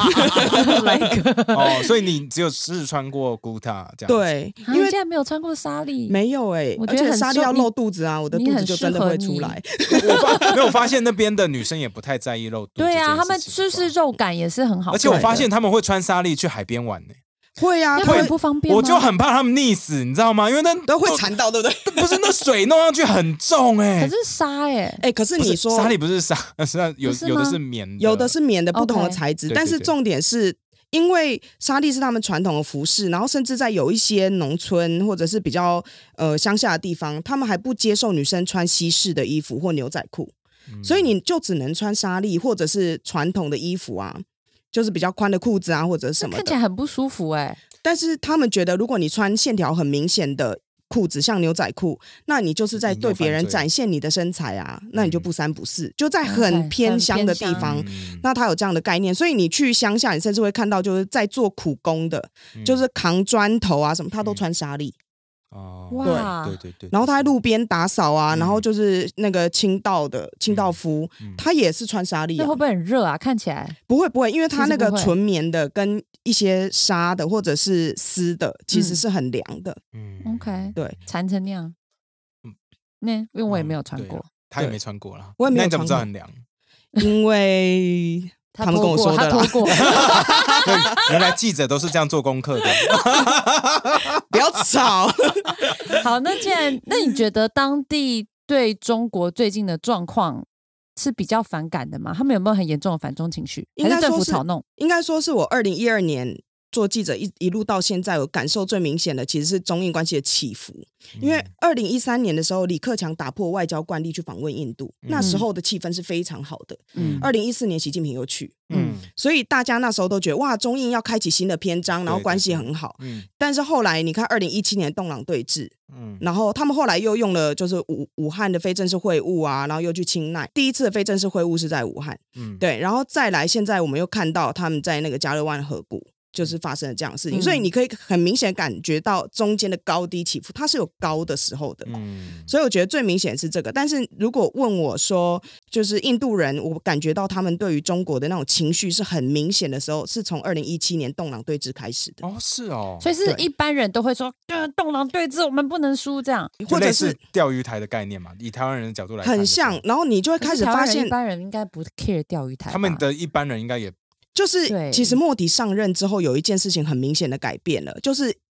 对， 所以你只有试穿过古塔这样。 对， 因为现在没有穿过纱丽， 没有而且纱丽要露肚子啊，我的肚子就真的会出来。 我发现那边的女生也不太在意露肚子。 对啊，他们就是肉感也是很好。 而且我发现他们会穿纱丽去海边玩呢。 会啊， 会不方便吗？ 我就很怕他们溺死，你知道吗？因为那都会缠到，对不对？ 不是，那水弄上去很重可是纱可是你说纱丽不是纱，有的是棉的， 有的是棉的，不同的材质。但是重点是因为纱丽是他们传统的服饰，然后甚至在有一些农村或者是比较乡下的地方，他们还不接受女生穿西式的衣服或牛仔裤，所以你就只能穿纱丽或者是传统的衣服啊。就是比较宽的裤子啊，或者什么的， 看起来很不舒服但是他们觉得，如果你穿线条很明显的裤子，像牛仔裤，那你就是在对别人展现你的身材啊，那你就不三不四，就在很偏乡的地方，那他有这样的概念，所以你去乡下，你甚至会看到就是在做苦工的，就是扛砖头啊什么，他都穿纱丽。 哇， 对， 然后他在路边打扫啊，然后就是那个清道夫，他也是穿纱丽。 那会不会很热啊？看起来不会，因为他那个纯棉的跟一些纱的或者是丝的，其实是很凉的。 OK， 对， 缠成那样。因为我也没有穿过， 他也没穿过啦。 我也没有穿过。 那你怎么知道很凉？ 因为他们跟我说的啦。 他脱过。 原来记者都是这样做功课的。 不要吵。 好，那你觉得当地对中国最近的状况是比较反感的吗？他们有没有很严重的反中情绪？还是政府操弄？ 应该说是我2012年做记者一路到现在，我感受最明显的其实是中印关系的起伏。因为2013年的时候，李克强打破外交惯例去访问印度，那时候的气氛是非常好的。2014年习近平又去，所以大家那时候都觉得哇，中印要开启新的篇章，然后关系很好。但是后来你看2017年洞朗对峙，然后他们后来又用了就是武汉的非正式会晤啊，然后又去清奈，第一次的非正式会晤是在武汉，对，然后再来现在我们又看到他们在那个加勒万河谷。就是发生了这样的事情，所以你可以很明显感觉到中间的高低起伏，它是有高的时候的。所以我觉得最明显是这个。但是如果问我说，就是印度人，我感觉到他们对于中国的那种情绪是很明显的时候，是从2017年洞朗对峙开始的。 是哦， 所以是一般人都会说，洞朗对峙我们不能输这样， 或者是钓鱼台的概念嘛，以台湾人的角度来看， 很像。然后你就会开始发现， 一般人应该不 care 钓鱼台， 他们的一般人应该也。 就是其实莫迪上任之后有一件事情很明显的改变了，就是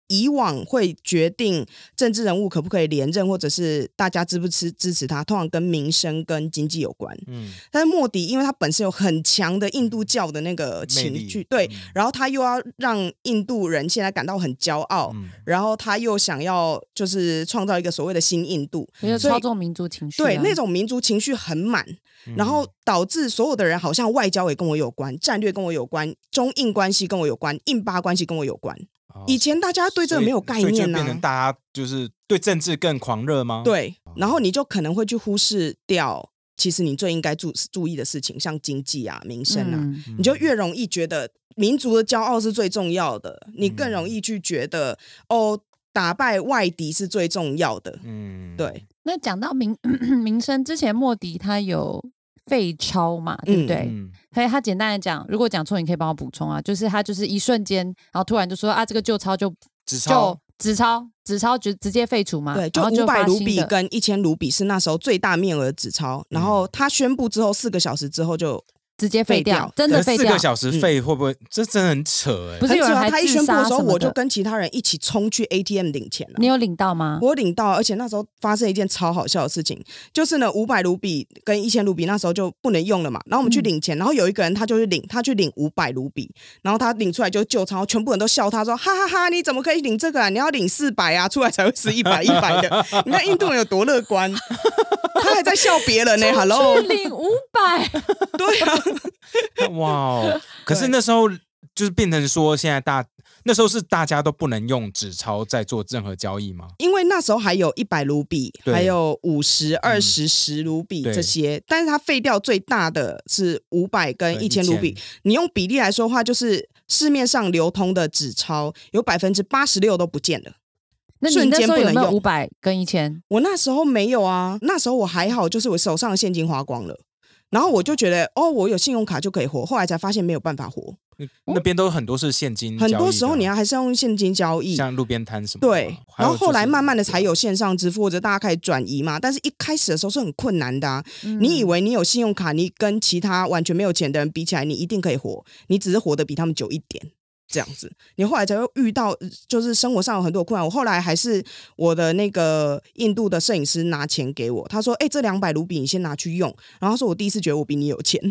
以往会决定政治人物可不可以连任，或者是大家支不支持他，通常跟民生跟经济有关。但是莫迪因为他本身有很强的印度教的那个情绪，对，然后他又要让印度人现在感到很骄傲，然后他又想要就是创造一个所谓的新印度， 所以操纵民族情绪、啊， 对，那种民族情绪很满，然后导致所有的人好像外交也跟我有关，战略跟我有关，中印关系跟我有关，印巴关系跟我有关。以前大家对这个没有概念啊， 所以就变成大家就是对政治更狂热吗？ 对，然后你就可能会去忽视掉其实你最应该注意的事情，像经济啊、民生啊，你就越容易觉得民族的骄傲是最重要的，你更容易去觉得打败外敌是最重要的。对。 那讲到民生，之前莫迪他有废钞嘛，对不对？所以他简单的讲，如果讲错，你可以帮我补充啊。就是他就是一瞬间，然后突然就说啊，这个旧钞就纸钞就直接废除嘛。 对，就500卢比跟1000卢比是那时候最大面额的纸钞。然后他宣布之后4个小时之后就直接废掉，真的废掉。 4个小时废会不会？这真的很扯不是有人还他一宣布的时候，我就跟其他人一起冲去 ATM 领钱了。 你有领到吗？ 我领到，而且那时候发生一件超好笑的事情，就是呢500卢比跟1000卢比那时候就不能用了嘛，然后我们去领钱，然后有一个人他去领500卢比，然后他领出来就旧钞，全部人都笑他说哈哈哈，你怎么可以领这个啊？你要领400啊，出来才会是100的。你看印度人有多乐观。他还在笑别人呢，Hello， 去领500， 对啊， 哇！可是那时候就是变成说，现在那时候是大家都不能用纸钞在做任何交易吗？ 因为那时候还有100卢比，还有50、20、10卢比这些，但是它废掉最大的是500跟1000卢比。你用比例来说的话，就是市面上流通的纸钞有86%都不见了。 那你那时候有没有500跟1000？ 我那时候没有啊，那时候我还好，就是我手上的现金花光了，然后我就觉得我有信用卡就可以活，后来才发现没有办法活。 那边都很多是现金交易的， 很多时候你还是要用现金交易， 像路边摊什么的。 对，然后后来慢慢的才有线上支付或者大家开始转移嘛，但是一开始的时候是很困难的啊。你以为你有信用卡，你跟其他完全没有钱的人比起来，你一定可以活，你只是活得比他们久一点。这样子，你后来才会遇到，就是生活上有很多困难。我后来还是我的那个印度的摄影师拿钱给我，他说：“这200卢比你先拿去用。”然后他说：“我第一次觉得我比你有钱。”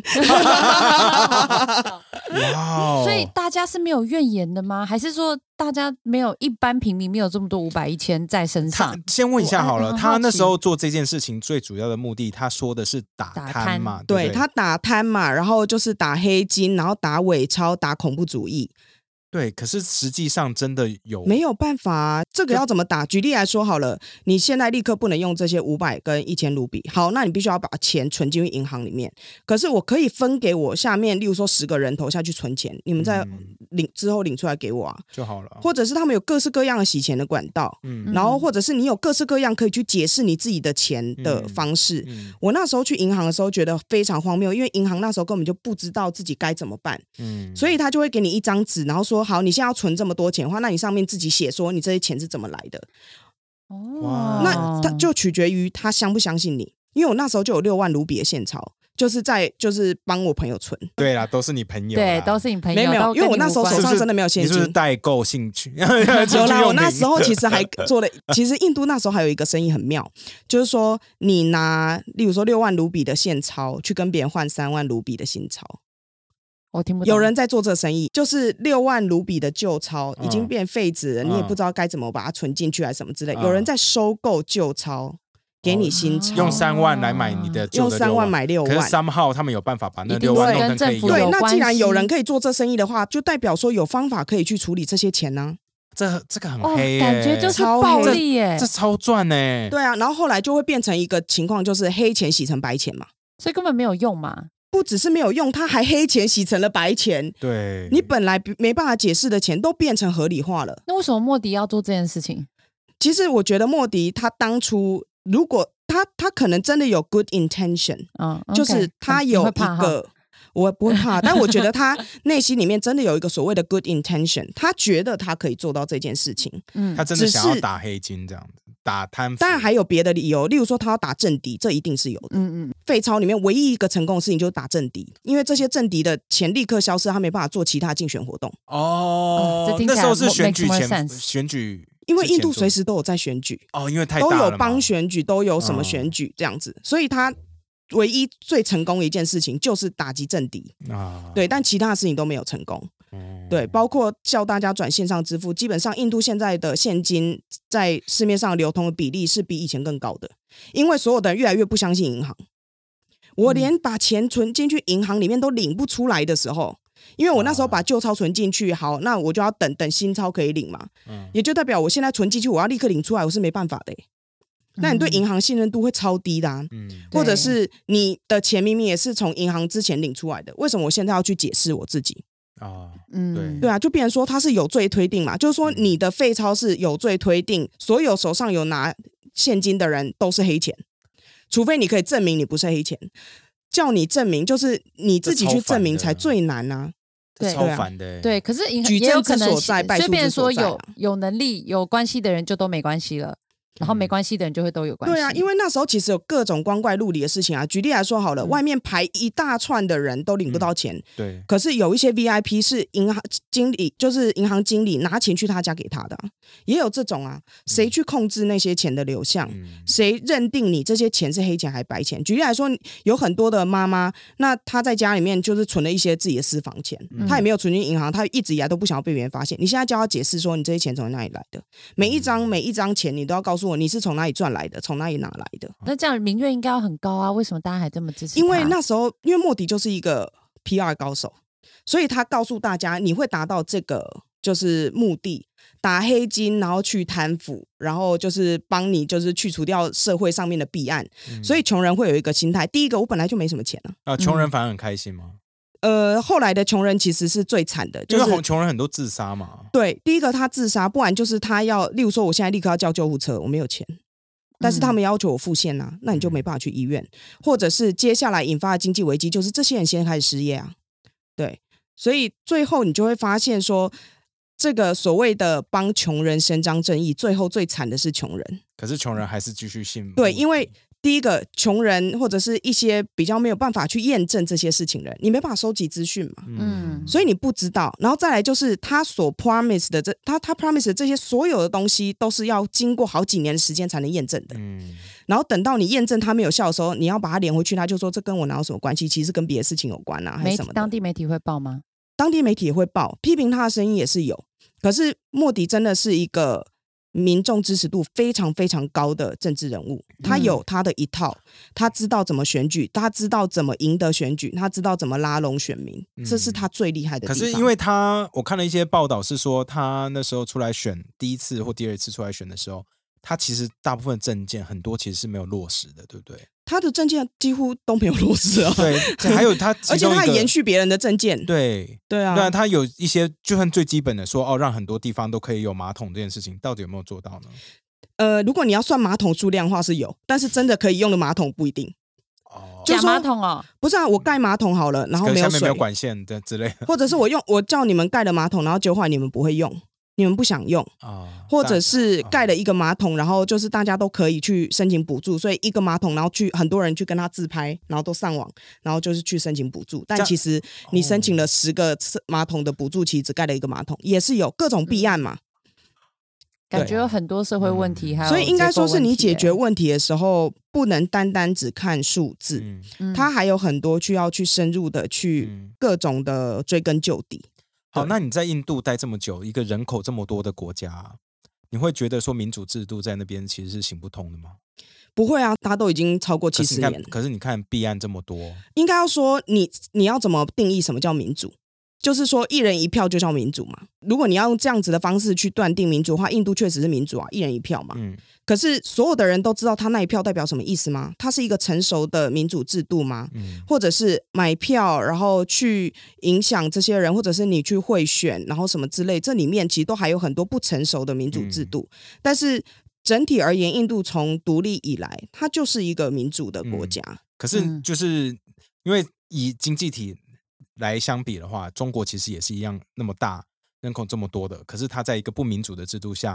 哇！ 所以大家是没有怨言的吗？还是说大家没有一般平民没有这么多500、1000在身上？ 先问一下好了，他那时候做这件事情最主要的目的，他说的是打贪嘛？ 对，他打贪嘛，然后就是打黑金，然后打伪钞，打恐怖主义。 对，可是实际上真的没有办法啊？这个要怎么打？举例来说好了，你现在立刻不能用这些500跟1000卢比，好，那你必须要把钱存进去银行里面。可是我可以分给我下面，例如说10个人头下去存钱，你们在之后领出来给我啊就好了。 或者是他们有各式各样的洗钱的管道，然后或者是你有各式各样可以去解释你自己的钱的方式。我那时候去银行的时候觉得非常荒谬，因为银行那时候根本就不知道自己该怎么办，所以他就会给你一张纸，然后说好，你现在要存这么多钱的话，那你上面自己写说你这些钱是怎么来的。那他就取决于他相不相信你，因为我那时候就有6万卢比的现钞，就是帮我朋友存。 对啦，都是你朋友， 对，都是你朋友。 没有，因为我那时候手上真的没有现金。 你是不是代购兴趣？有啦，我那时候其实还做了。其实印度那时候还有一个生意很妙，就是说你拿，例如说6万卢比的现钞去跟别人换3万卢比的新钞。 我听不懂。 有人在做这个生意，就是6万卢比的旧钞已经变废纸了，你也不知道该怎么把它存进去还是什么之类。有人在收购旧钞，给你新钞， 用3万来买你的旧的6万， 用3万买6万。 可是3号他们有办法把那6万弄成可以用。 对，那既然有人可以做这生意的话，就代表说有方法可以去处理这些钱呢。 这个很黑感觉就是暴利耶， 这超赚耶。 对啊，然后后来就会变成一个情况，就是黑钱洗成白钱嘛， 所以根本没有用嘛。 不只是没有用，他还黑钱洗成了白钱。 对， 你本来没办法解释的钱都变成合理化了。 那为什么莫迪要做这件事情？ 其实我觉得莫迪他当初如果他可能真的有 good intention，就是他有一个，我不会怕，但我觉得他内心里面真的有一个所谓的 good intention， 他觉得他可以做到这件事情。 他真的想要打黑金这样子。 打贪腐， 当然还有别的理由，例如说他要打政敌，这一定是有的。废钞里面唯一一个成功的事情就是打政敌，因为这些政敌的钱立刻消失，他没办法做其他竞选活动。 那时候是选举前，选举。 因为印度随时都有在选举因为太大了嘛， 都有邦选举，都有什么选举这样子，所以他唯一最成功的一件事情就是打击政敌对，但其他的事情都没有成功。对，包括叫大家转线上支付，基本上印度现在的现金在市面上流通的比例是比以前更高的，因为所有的人越来越不相信银行。我连把钱存进去银行里面都领不出来的时候，因为我那时候把旧钞存进去，好，那我就要等新钞可以领嘛，也就代表我现在存进去，我要立刻领出来，我是没办法的那你对银行信任度会超低的或者是你的钱明明也是从银行之前领出来的，为什么我现在要去解释我自己对啊，就变成说它是有罪推定嘛，就是说你的废钞是有罪推定，所有手上有拿现金的人都是黑钱，除非你可以证明你不是黑钱，叫你证明就是你自己去证明才最难啊。 对， 超烦的对，可是银行举也有可能证之所在，败诉之所在有能力有关系的人就都没关系了，然后没关系的人就会都有关系。 对啊，因为那时候其实有各种光怪陆离的事情啊。举例来说好了，外面排一大串的人都领不到钱， 对。 可是有一些 VIP 是银行经理，就是银行经理拿钱去他家给他的也有这种啊。谁去控制那些钱的流向？谁认定你这些钱是黑钱还是白钱？举例来说，有很多的妈妈，那她在家里面就是存了一些自己的私房钱，她也没有存进银行，她一直以来都不想要被别人发现。你现在叫她解释说你这些钱从哪里来的，每一张钱你都要告诉我你是从哪里赚来的，从哪里拿来的。 那这样民怨应该要很高啊，为什么大家还这么支持他？ 因为那时候因为莫迪就是一个 PR 高手，所以他告诉大家你会达到这个就是目的，打黑金然后去贪腐，然后就是帮你就是去除掉社会上面的弊案所以穷人会有一个心态，第一个我本来就没什么钱穷人反而很开心吗？ 后来的穷人其实是最惨的，就是因为穷人很多自杀嘛。 对，第一个他自杀，不然就是他要例如说我现在立刻要叫救护车，我没有钱，但是他们要求我付现那你就没办法去医院，或者是接下来引发的经济危机就是这些人先开始失业对，所以最后你就会发现说这个所谓的帮穷人伸张正义，最后最惨的是穷人。 可是穷人还是继续信。 对，因为第一个穷人或者是一些比较没有办法去验证这些事情的人，你没办法收集资讯嘛所以你不知道。然后再来就是他所 promise 的他 promise 的这些所有的东西都是要经过好几年的时间才能验证的然后等到你验证他没有效的时候，你要把它连回去，他就说这跟我哪有什么关系，其实跟别的事情有关还是什么的。 当地媒体会报吗？ 当地媒体也会报，批评他的声音也是有。可是莫迪真的是一个民众支持度非常非常高的政治人物，他有他的一套，他知道怎么选举，他知道怎么赢得选举，他知道怎么拉拢选民这是他最厉害的地方。 可是因为我看了一些报道是说他那时候出来选第一次或第二次出来选的时候，他其实大部分政见很多其实是没有落实的，对不对？ 他的政见几乎都没有落实对，还有他而且他还延续别人的政见。 对啊，他有一些就算最基本的说让很多地方都可以有马桶这件事情，到底有没有做到呢？ 如果你要算马桶数量的话是有，但是真的可以用的马桶不一定。 假马桶不是我盖马桶好了，然后没有水， 下面没有管线的之类的， 或者是我叫你们盖的马桶，然后结果你们不会用，你们不想用或者是盖了一个马桶，然后就是大家都可以去申请补助，所以一个马桶然后很多人去跟他自拍，然后都上网，然后就是去申请补助，但其实你申请了10个马桶的补助，其实只盖了一个马桶，也是有各种弊案嘛感觉有很多社会问题还有所以应该说是你解决问题的时候不能单单只看数字它还有很多需要去深入的去各种的追根究底好，那你在印度待这么久，一个人口这么多的国家，你会觉得说民主制度在那边其实是行不通的吗？ 不会啊，它都已经超过70年了。 可是你看弊案这么多， 应该要说你要怎么定义什么叫民主？就是说一人一票就叫民主嘛。如果你要用这样子的方式去断定民主的话，印度确实是民主一人一票嘛可是所有的人都知道他那一票代表什么意思吗？它是一个成熟的民主制度吗或者是买票然后去影响这些人，或者是你去贿选然后什么之类，这里面其实都还有很多不成熟的民主制度但是整体而言，印度从独立以来它就是一个民主的国家可是就是因为以经济体来相比的话，中国其实也是一样那么大，人口这么多的，可是它在一个不民主的制度下，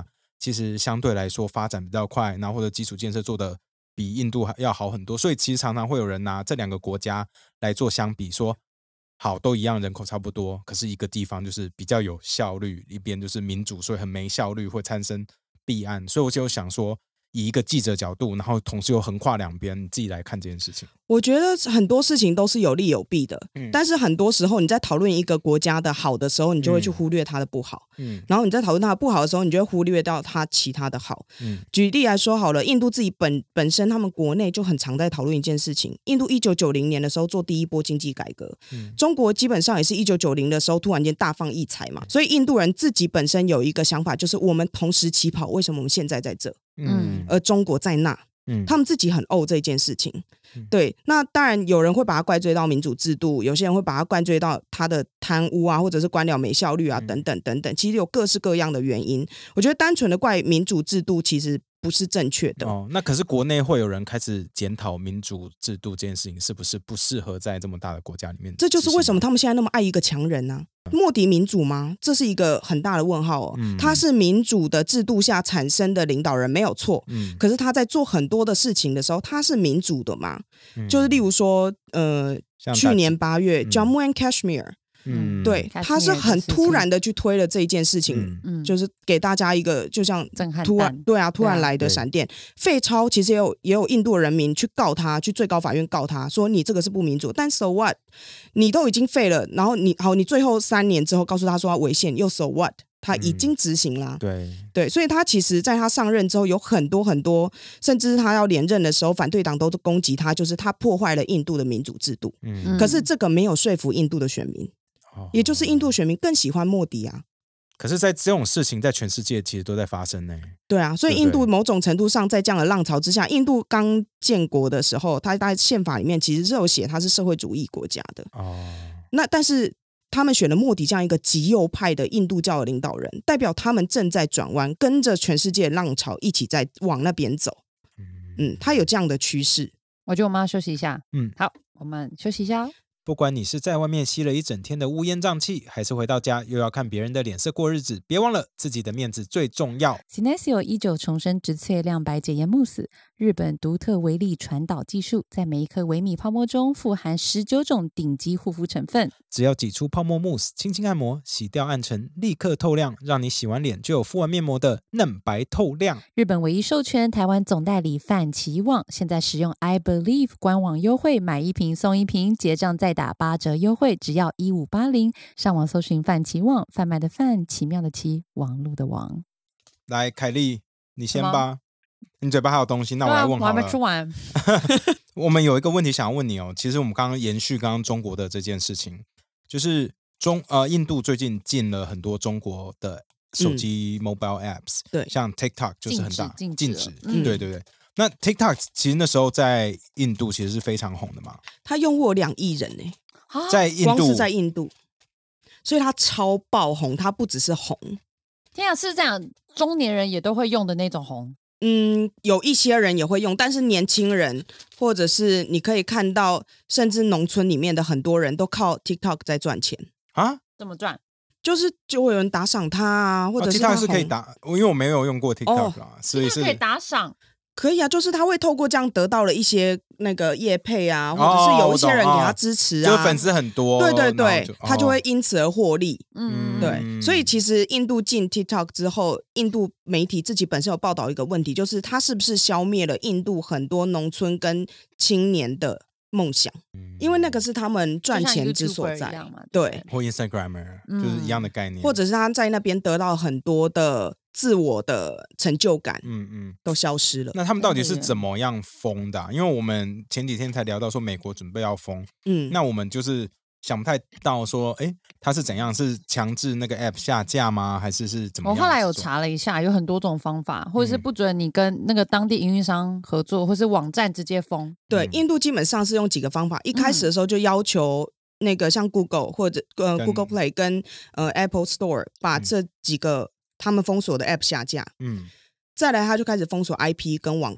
其实相对来说发展比较快，然后或者基础建设做的比印度要好很多，所以其实常常会有人拿这两个国家来做相比，说好都一样，人口差不多，可是一个地方就是比较有效率，一边就是民主，所以很没效率，会产生弊案。所以我就想说，以一个记者角度，然后同时又横跨两边，你自己来看这件事情。 我觉得很多事情都是有利有弊的，但是很多时候你在讨论一个国家的好的时候，你就会去忽略它的不好，然后你在讨论它的不好的时候，你就会忽略到它其他的好。举例来说好了，印度自己本身他们国内就很常在讨论一件事情，印度1990年的时候做第一波经济改革，中国基本上也是1990的时候突然间大放异彩嘛，所以印度人自己本身有一个想法，就是我们同时起跑，为什么我们现在在这，而中国在那，他们自己很这件事情。对，那当然有人会把它怪罪到民主制度，有些人会把它怪罪到他的贪污啊，或者是官僚没效率啊，等等等等，其实有各式各样的原因。我觉得单纯的怪民主制度其实不是正确的。 那可是国内会有人开始检讨民主制度这件事情是不是不适合在这么大的国家里面？ 这就是为什么他们现在那么爱一个强人啊。莫迪民主吗？这是一个很大的问号哦。他是民主的制度下产生的领导人没有错，可是他在做很多的事情的时候，他是民主的嘛？就是例如说，去年8月，Jammu and Kashmir。对，他是很突然的去推了这一件事情，就是给大家一个就像突然来的闪电。废超其实也有印度人民去告他，去最高法院告他说你这个是不民主，但 so what？ 你都已经废了，然后你最后3年之后告诉他说他违宪，又 so what？ 他已经执行啦，对，所以他其实在他上任之后有很多很多，甚至他要连任的时候，反对党都攻击他，就是他破坏了印度的民主制度。可是这个没有说服印度的选民。也就是印度选民更喜欢莫迪啊， 可是在这种事情在全世界其实都在发生呢。 对啊，所以印度某种程度上在这样的浪潮之下，印度刚建国的时候，它在宪法里面其实是有写它是社会主义国家的。那但是他们选了莫迪这样一个极右派的印度教的领导人，代表他们正在转弯，跟着全世界的浪潮一起在往那边走。他有这样的趋势。 我觉得我们要休息一下。好，我们休息一下。 不管你是在外面吸了一整天的乌烟瘴气，还是回到家又要看别人的脸色过日子，别忘了自己的面子最重要。 Sinesio 19重生植萃亮白洁颜慕斯，日本独特微粒传导技术，在每一颗微米泡沫中富含19种顶级护肤成分。 只要挤出泡沫慕斯，轻轻按摩，洗掉暗沉，立刻透亮，让你洗完脸就有敷完面膜的嫩白透亮。 日本唯一授权台湾总代理范奇旺，现在使用 I Believe 官网优惠，买1瓶送1瓶，结账再打8折优惠，只要1580。上网搜寻范奇旺，贩卖的范，奇妙的奇，网路的网。 来，凯莉，你先吧。你嘴巴还有东西，那我来问好了。 我还没吃完。 我们有一个问题想要问你哦。其实我们刚刚延续刚刚中国的这件事情，就是印度最近禁了很多中国的手机 mobile apps， 对， 像 TikTok 就是很大禁止。对对对。那 TikTok 其实那时候在印度其实是非常红的嘛， 它用户有2亿人呢， 在印度， 光是在印度，所以它超爆红，它不只是红。 天啊，是这样，中年人也都会用的那种红。 有一些人也会用，但是年轻人或者是你可以看到，甚至农村里面的很多人都靠 TikTok 在赚钱啊？ 怎么赚？ 就会有人打赏他啊，或者是他 TikTok 是可以打，因为我没有用过 TikTok 啊，所以是可以打赏。 可以啊，就是他会透过这样得到了一些那个业配啊，或者是有一些人给他支持啊， 就是粉丝很多， 对对对，他就会因此而获利。对，所以其实印度进 TikTok 之后，印度媒体自己本身有报道一个问题，就是它是不是消灭了印度很多农村跟青年的梦想，因为那个是他们赚钱之所在，对， 或 Instagramer 就是一样的概念， 或者是他在那边得到很多的自我的成就感，都消失了。 那他们到底是怎么样封的因为我们前几天才聊到说美国准备要封，那我们就是想不太到说，他是怎样？是强制那个 app 下架吗？还是怎么样？ 我后来有查了一下，有很多种方法，或者是不准你跟那个当地营运商合作，或是网站直接封。 对，印度基本上是用几个方法。一开始的时候就要求那个像 Google 或者Google Play 跟Apple Store 把这几个他们封锁的 app 下架。再来他就开始封锁 IP 跟网域。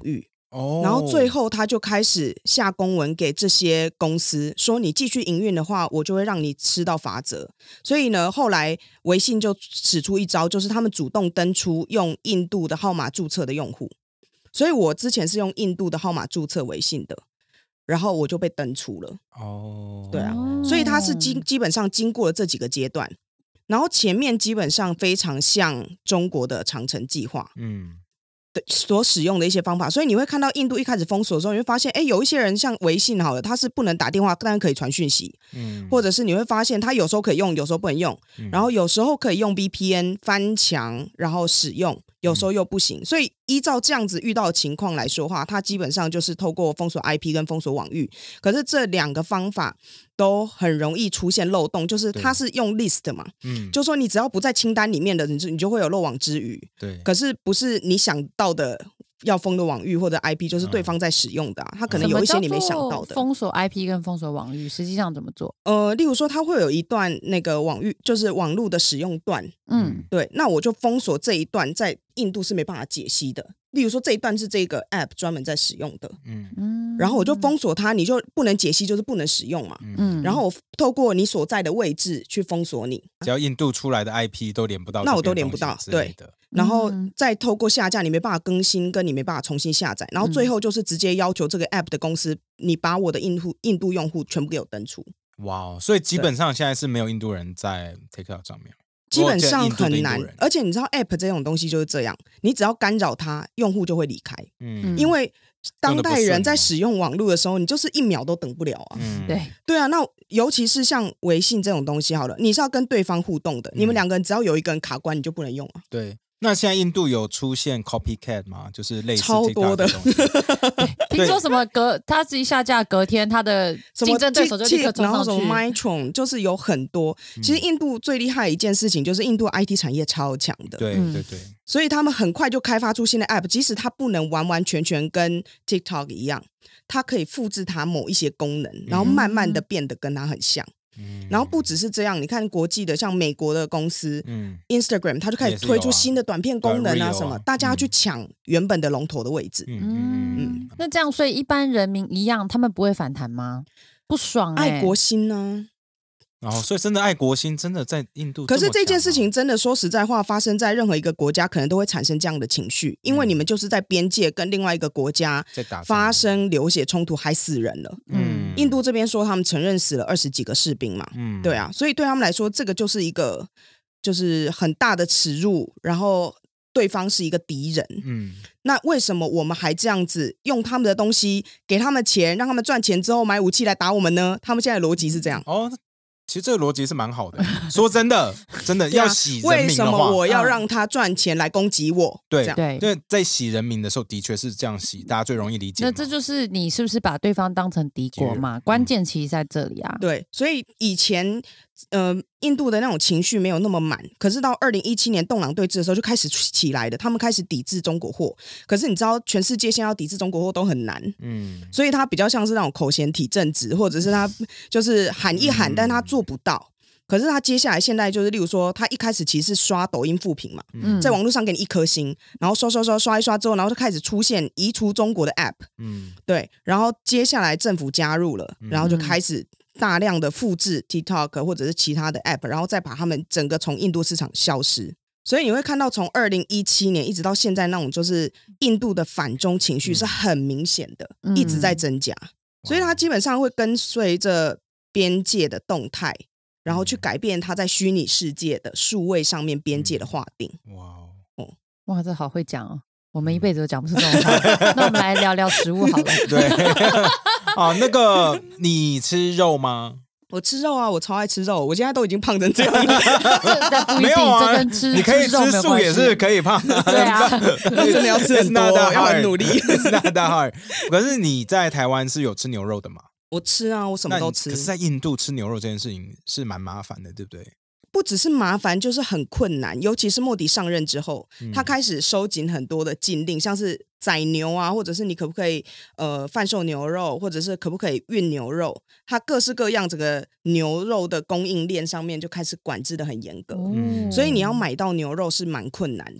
然后最后他就开始下公文给这些公司说，你继续营运的话，我就会让你吃到罚则。所以呢，后来微信就使出一招，就是他们主动登出用印度的号码注册的用户。所以我之前是用印度的号码注册微信的，然后我就被登出了。对啊，所以他是基本上经过了这几个阶段，然后前面基本上非常像中国的长城计划。所使用的一些方法，所以你会看到印度一开始封锁的时候，你会发现，有一些人像微信好了，它是不能打电话，但是可以传讯息，或者是你会发现它有时候可以用，有时候不能用，然后有时候可以用 VPN 翻墙，然后使用，有时候又不行。所以依照这样子遇到的情况来说的话，它基本上就是透过封锁 IP 跟封锁网域。可是这两个方法都很容易出现漏洞，就是它是用 list 嘛，就说你只要不在清单里面的，你就会有漏网之鱼。 对， 可是不是你想到的要封的网域或者 IP 就是对方在使用的它可能有一些你没想到的。 封锁 IP 跟封锁网域实际上怎么做？ 例如说它会有一段那个网域，就是网络的使用段，对，那我就封锁这一段，在印度是没办法解析的。例如说这一段是这个 app 专门在使用的，然后我就封锁它，你就不能解析，就是不能使用嘛。然后我透过你所在的位置去封锁你， 只要印度出来的 IP 都连不到， 那我都连不到，对。然后再透过下架，你没办法更新，跟你没办法重新下载，然后最后就是直接要求这个 app 的公司，你把我的印度用户全部给我登出。 哇，所以基本上现在是没有印度人在 TikTok 上面。 基本上很难，而且你知道 App 这种东西就是这样，你只要干扰它，用户就会离开。因为当代人在使用网络的时候，你就是1秒都等不了啊。对啊，那尤其是像微信这种东西好了，你是要跟对方互动的，你们两个人只要有一个人卡关，你就不能用啊。 对。那现在印度有出现 copycat 吗？就是类似超多的东西。 听说什么他自己下架隔天他的竞争对手就立刻冲上去， 然后什么 Mytron 就是有很多。其实印度最厉害的一件事情就是印度 IT 产业超强的， 对对对， 所以他们很快就开发出新的 App， 即使它不能完完全全跟 TikTok 一样，它可以复制它某一些功能，然后慢慢的变得跟它很像。然后不只是这样，你看国际的像美国的公司Instagram 它就开始推出新的短片功能啊什么，大家去抢原本的龙头的位置。 那这样所以一般人民一样他们不会反弹吗？不爽爱国心呢所以真的爱国心真的在印度可是这件事情真的说实在话发生在任何一个国家可能都会产生这样的情绪，因为你们就是在边界跟另外一个国家发生流血冲突还死人了。印度这边说他们承认死了20几个士兵嘛，对啊，所以对他们来说这个就是一个就是很大的耻辱，然后对方是一个敌人。那为什么我们还这样子用他们的东西给他们钱，让他们赚钱之后买武器来打我们呢？他们现在的逻辑是这样。 其实这个逻辑是蛮好的，说真的，真的要洗人民的话， 为什么我要让他赚钱来攻击我？ 对，在洗人民的时候，的确是这样洗，大家最容易理解。 那这就是你是不是把对方当成敌国嘛？关键其实在这里啊。 对，所以以前印度的那种情绪没有那么满，可是到2017年洞朗对峙的时候就开始起来的，他们开始抵制中国货。可是你知道全世界现在要抵制中国货都很难，所以他比较像是那种口嫌体正直，或者是他就是喊一喊，但他做不到。可是他接下来现在就是例如说他一开始其实是刷抖音负评嘛，在网络上给你1颗星，然后刷一刷之后，然后就开始出现移除中国的 app，对，然后接下来政府加入了，然后就开始大量的复制 TikTok 或者是其他的 app， 然后再把他们整个从印度市场消失。所以你会看到从2017年一直到现在那种就是印度的反中情绪是很明显的，一直在增加。所以它基本上会跟随着边界的动态，然后去改变它在虚拟世界的数位上面边界的划定。 哇，这好会讲哦，我们一辈子都讲不出这种话。那我们来聊聊食物好了。 对那个你吃肉吗？ 我吃肉啊，我超爱吃肉，我现在都已经胖成这样了。 没有啊，你可以吃素也是可以胖。 对啊， 真的要吃很多，要很努力。 可是你在台湾是有吃牛肉的吗？ 我吃啊，我什么都吃。 可是在印度吃牛肉这件事情是蛮麻烦的，对不对？ 不只是麻烦，就是很困难。尤其是莫迪上任之后，他开始收紧很多的禁令，像是宰牛啊，或者是你可不可以贩售牛肉，或者是可不可以运牛肉，它各式各样这个牛肉的供应链上面就开始管制的很严格，所以你要买到牛肉是蛮困难的。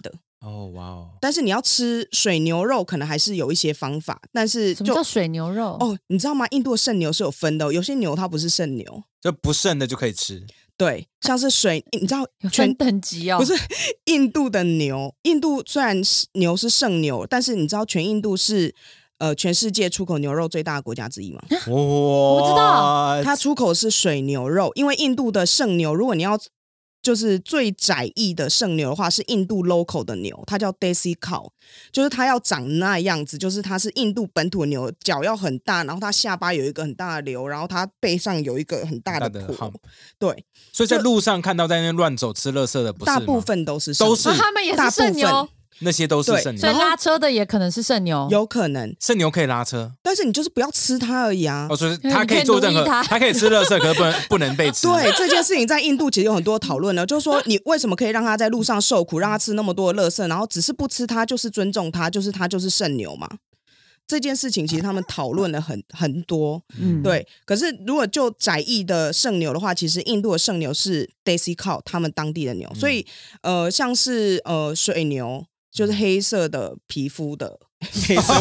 哦哇哦！ 但是你要吃水牛肉，可能还是有一些方法。但是什么叫水牛肉？ 哦，你知道吗？印度的圣牛是有分的，有些牛它不是圣牛， 就不圣的就可以吃。 对，像是你知道有分等级哦？ 不是印度的牛，印度虽然牛是圣牛，但是你知道全印度是全世界出口牛肉最大的国家之一吗？ 我不知道， 它出口是水牛肉，因为印度的圣牛，如果你要就是最窄义的圣牛的话，是印度 local 的牛，它叫 Desi cow， 就是它要长那样子，就是它是印度本土的牛，脚要很大，然后它下巴有一个很大的瘤，然后它背上有一个很大的蹼。对， 所以在路上看到在那边乱走吃垃圾的，不是吗？ 大部分都是他们也是圣牛。 那些都是圣牛， 所以拉车的也可能是圣牛， 有可能圣牛可以拉车， 但是你就是不要吃它而已啊。 所以它可以做任何，它可以吃垃圾，可是不能被吃。 对，这件事情在印度其实有很多讨论呢，就是说你为什么可以让它在路上受苦，让它吃那么多的垃圾，然后只是不吃它就是尊重它，就是它就是圣牛嘛。这件事情其实他们讨论了很多，对。可是如果就窄义的圣牛的话，其实印度的圣牛是 Desi cow， 他们当地的牛，所以像是水牛。就是黑色的皮肤的黑色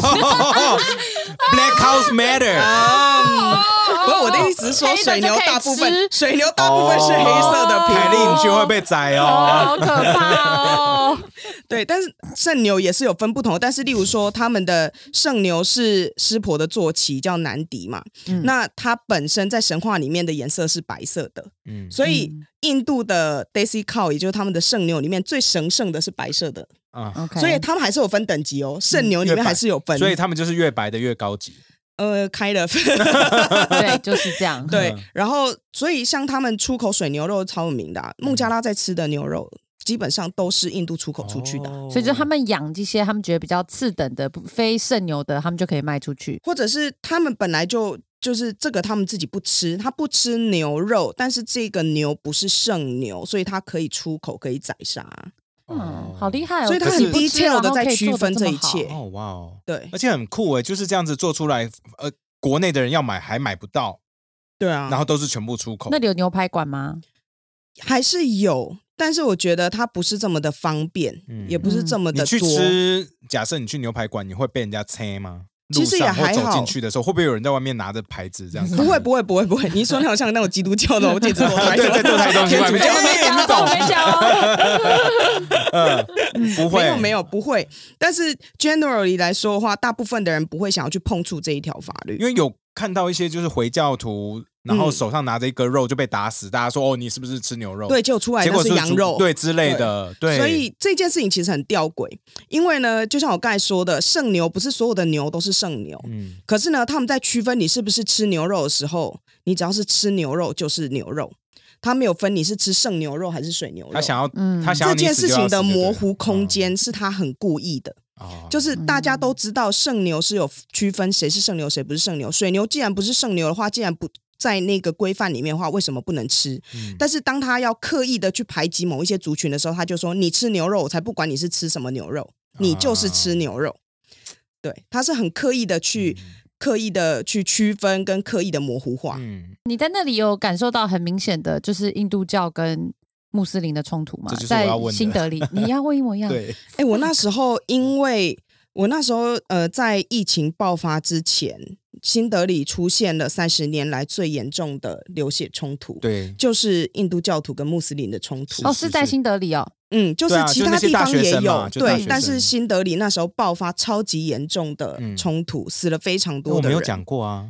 Black cows matter。 不过我的意思是说，水牛大部分是黑色的皮肤。 凯莉，你就会被宰哦， 好可怕哦。 对，但是圣牛也是有分不同的，但是例如说他们的圣牛是湿婆的坐骑，叫南迪嘛，那它本身在神话里面的颜色是白色的，所以印度的 Desi cow， 也就是他们的圣牛里面最神圣的是白色的。所以他们还是有分等级哦，圣牛里面还是有分， 所以他们就是越白的越高级。 kind of 对，就是这样。 对，然后所以像他们出口水牛肉超有名的，孟加拉在吃的牛肉基本上都是印度出口出去的， 所以就他们养这些他们觉得比较次等的非圣牛的，他们就可以卖出去， 或者是他们本来就是这个他们自己不吃，他不吃牛肉，但是这个牛不是圣牛，所以他可以出口可以宰杀。 好厉害哦！ 所以他很 detail 的在区分这一切。 哦，哇哦， 对， 而且很酷哎，就是这样子做出来，国内的人要买还买不到， 对啊， 然后都是全部出口。 那里有牛排馆吗？ 还是有，但是我觉得它不是这么的方便，也不是这么的多。 你去吃，假设你去牛排馆，你会被人家催吗？ 其实也还好， 走进去的时候会不会有人在外面拿着牌子这样？ 不会。你说你好像那种基督教的，我记得对，在堕胎中心外面， 没讲不会， 没有不会。但是 generally 来说的话，大部分的人不会想要去碰触这一条法律， 因为有看到一些就是回教徒。然后手上拿着一根肉就被打死，大家说你是不是吃牛肉？ 对，结果出来那是羊肉， 对之类的，对。 所以这件事情其实很吊诡，因为呢，就像我刚才说的，圣牛不是所有的牛都是圣牛，可是呢，他们在区分你是不是吃牛肉的时候，你只要是吃牛肉就是牛肉，他没有分你是吃圣牛肉还是水牛肉。 他想要这件事情的模糊空间是他很故意的。就是大家都知道圣牛是有区分谁是圣牛谁不是圣牛，水牛既然不是圣牛的话，既然不在那个规范里面的话，为什么不能吃？但是当他要刻意的去排挤某一些族群的时候，他就说你吃牛肉，我才不管你是吃什么牛肉，你就是吃牛肉。对，他是很刻意的去区分跟刻意的模糊化。 你在那里有感受到很明显的就是印度教跟穆斯林的冲突吗？在新德里，你要问一模一样。 对， 我那时候在疫情爆发之前，新德里出现了30年来最严重的流血冲突， 对， 就是印度教徒跟穆斯林的冲突。 是在新德里哦。 就是其他地方也有， 对， 但是新德里那时候爆发超级严重的冲突，死了非常多的人。 我没有讲过啊。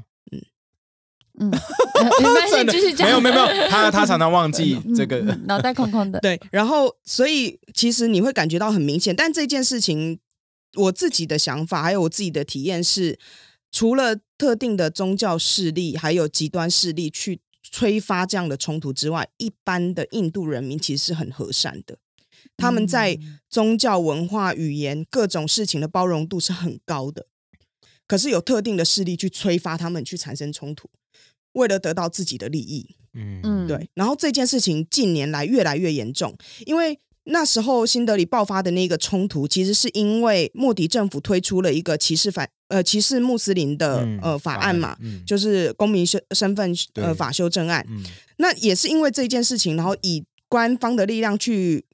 没关系，继续讲。 没有，他常常忘记这个， 脑袋空空的。 对，然后所以其实你会感觉到很明显，但这件事情我自己的想法还有我自己的体验是，除了特定的宗教势力还有极端势力去催发这样的冲突之外，一般的印度人民其实是很和善的，他们在宗教文化语言各种事情的包容度是很高的，可是有特定的势力去催发他们去产生冲突，为了得到自己的利益。对。然后这件事情近年来越来越严重，因为那时候新德里爆发的那个冲突，其实是因为莫迪政府推出了一个歧视穆斯林的法案嘛，就是公民身份法修正案。那也是因为这件事情，然后以官方的力量去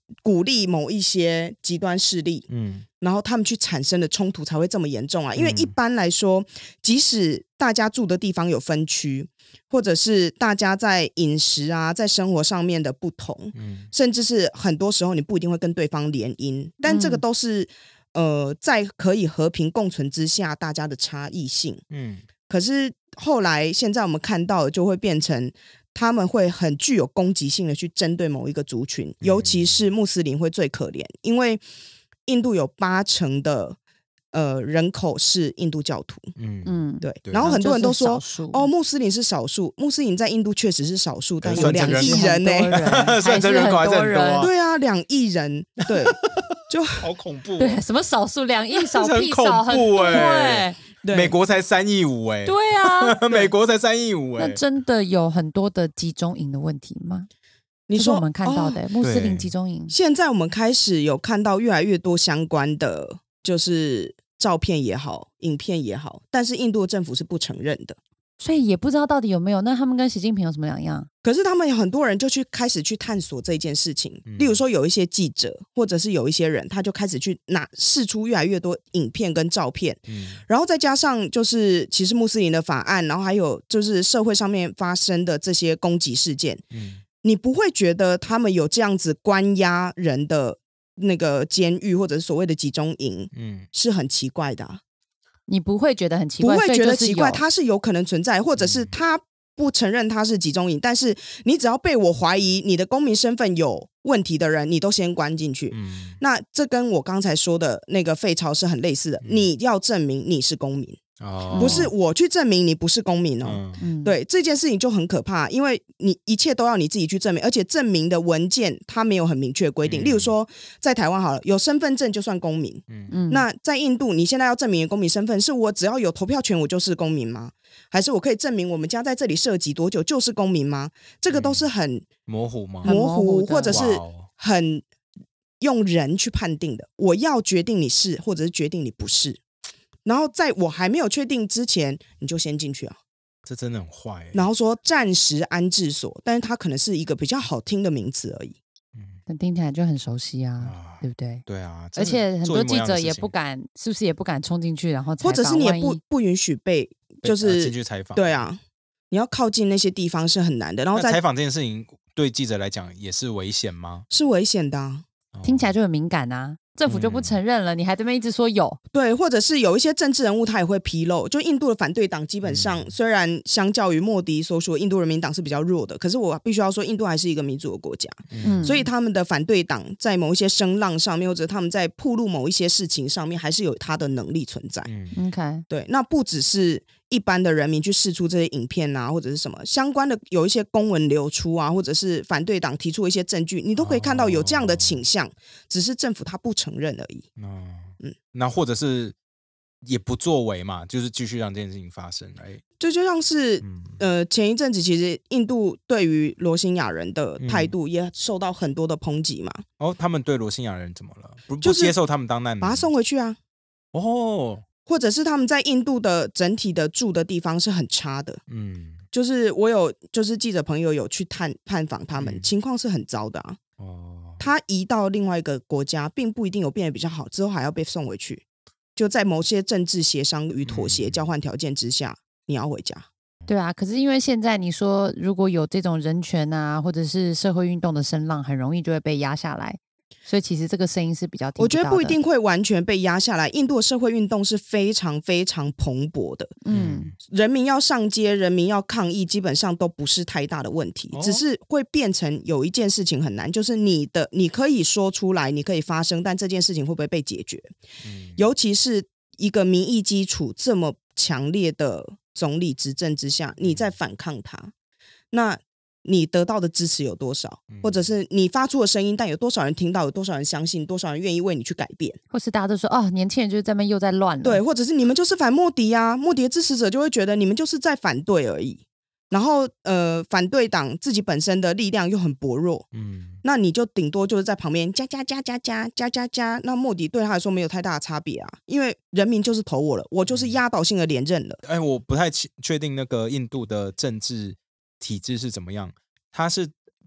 鼓励某一些极端势力，然后他们去产生的冲突才会这么严重啊。因为一般来说，即使大家住的地方有分区，或者是大家在饮食啊，在生活上面的不同，甚至是很多时候你不一定会跟对方联姻，但这个都是在可以和平共存之下大家的差异性。可是后来现在我们看到的就会变成他们会很具有攻击性的去针对某一个族群，尤其是穆斯林会最可怜，因为印度有80%的人口是印度教徒。对。然后很多人都说穆斯林是少数，穆斯林在印度确实是少数，但有2亿人呢， 算成人口还是很多。 对啊，2亿人，对，就好恐怖。 对，什么少数2亿少屁少， 很恐怖对， 美国才3.5亿对啊， 美国才3.5亿那真的有很多的集中营的问题吗？你说我们看到的穆斯林集中营， 现在我们开始有看到越来越多相关的，就是照片也好，影片也好，但是印度政府是不承认的， 所以也不知道到底有没有。那他们跟习近平有什么两样？ 可是他们有很多人就开始去探索这件事情，例如说有一些记者或者是有一些人，他就开始去释出越来越多影片跟照片，然后再加上就是其实穆斯林的法案，然后还有就是社会上面发生的这些攻击事件，你不会觉得他们有这样子关押人的那个监狱或者是所谓的集中营，是很奇怪的啊。 你不会觉得很奇怪， 不会觉得奇怪，它是有可能存在，或者是他不承认它是集中营，但是你只要被我怀疑你的公民身份有问题的人，你都先关进去。那这跟我刚才说的那个废巢是很类似的，你要证明你是公民。不是我去证明你不是公民哦。对，这件事情就很可怕，因为你一切都要你自己去证明，而且证明的文件它没有很明确规定。例如说在台湾好了，有身份证就算公民。那在印度你现在要证明公民身份，是我只要有投票权我就是公民吗？还是我可以证明我们家在这里涉及多久就是公民吗？这个都是很模糊吗？ 模糊，或者是很用人去判定的。我要决定你是，或者是决定你不是，然后在我还没有确定之前你就先进去啊， 这真的很坏然后说暂时安置所，但是它可能是一个比较好听的名词而已。 但听起来就很熟悉啊，对不对？ 对啊， 而且很多记者也不敢，是不是也不敢冲进去然后采访， 或者是你也不允许被就是进去采访。 对啊，你要靠近那些地方是很难的。然后采访这件事情对记者来讲也是危险吗？ 是危险的啊， 听起来就很敏感啊。政府就不承认了，你还这边一直说有。 对，或者是有一些政治人物他也会披露，就印度的反对党基本上虽然相较于莫迪所属印度人民党是比较弱的，可是我必须要说印度还是一个民主的国家，所以他们的反对党在某一些声浪上面，或者他们在暴露某一些事情上面还是有他的能力存在。 OK， 对，那不只是一般的人民去释出这些影片啊，或者是什么相关的有一些公文流出啊，或者是反对党提出一些证据，你都可以看到有这样的倾向，只是政府他不承认而已。 那或者是也不作为嘛，就是继续让这件事情发生。 就像是前一阵子其实印度对于罗兴亚人的态度也受到很多的抨击嘛。 他们对罗兴亚人怎么了？不接受他们当难民， 把他送回去啊。或者是他们在印度的整体的住的地方是很差的。就是我有就是记者朋友有去探访他们，情况是很糟的啊。他移到另外一个国家并不一定有变得比较好，之后还要被送回去，就在某些政治协商与妥协交换条件之下你要回家。 对啊，可是因为现在你说如果有这种人权啊或者是社会运动的声浪，很容易就会被压下来，所以其实这个声音是比较听不到的。 我觉得不一定会完全被压下来，印度的社会运动是非常非常蓬勃的。人民要上街，人民要抗议，基本上都不是太大的问题，只是会变成有一件事情很难，就是你可以说出来，你可以发声，但这件事情会不会被解决？尤其是一个民意基础这么强烈的总理执政之下，你在反抗他，那你得到的支持有多少，或者是你发出的声音，但有多少人听到，有多少人相信，多少人愿意为你去改变， 或是大家都说年轻人就是在那边又在乱了。 对，或者是你们就是反莫迪啊，莫迪的支持者就会觉得你们就是在反对而已，然后反对党自己本身的力量又很薄弱，那你就顶多就是在旁边加，那莫迪对他来说没有太大的差别啊，因为人民就是投我了，我就是压倒性的连任了。 我不太确定那个印度的政治体制是怎么样，它是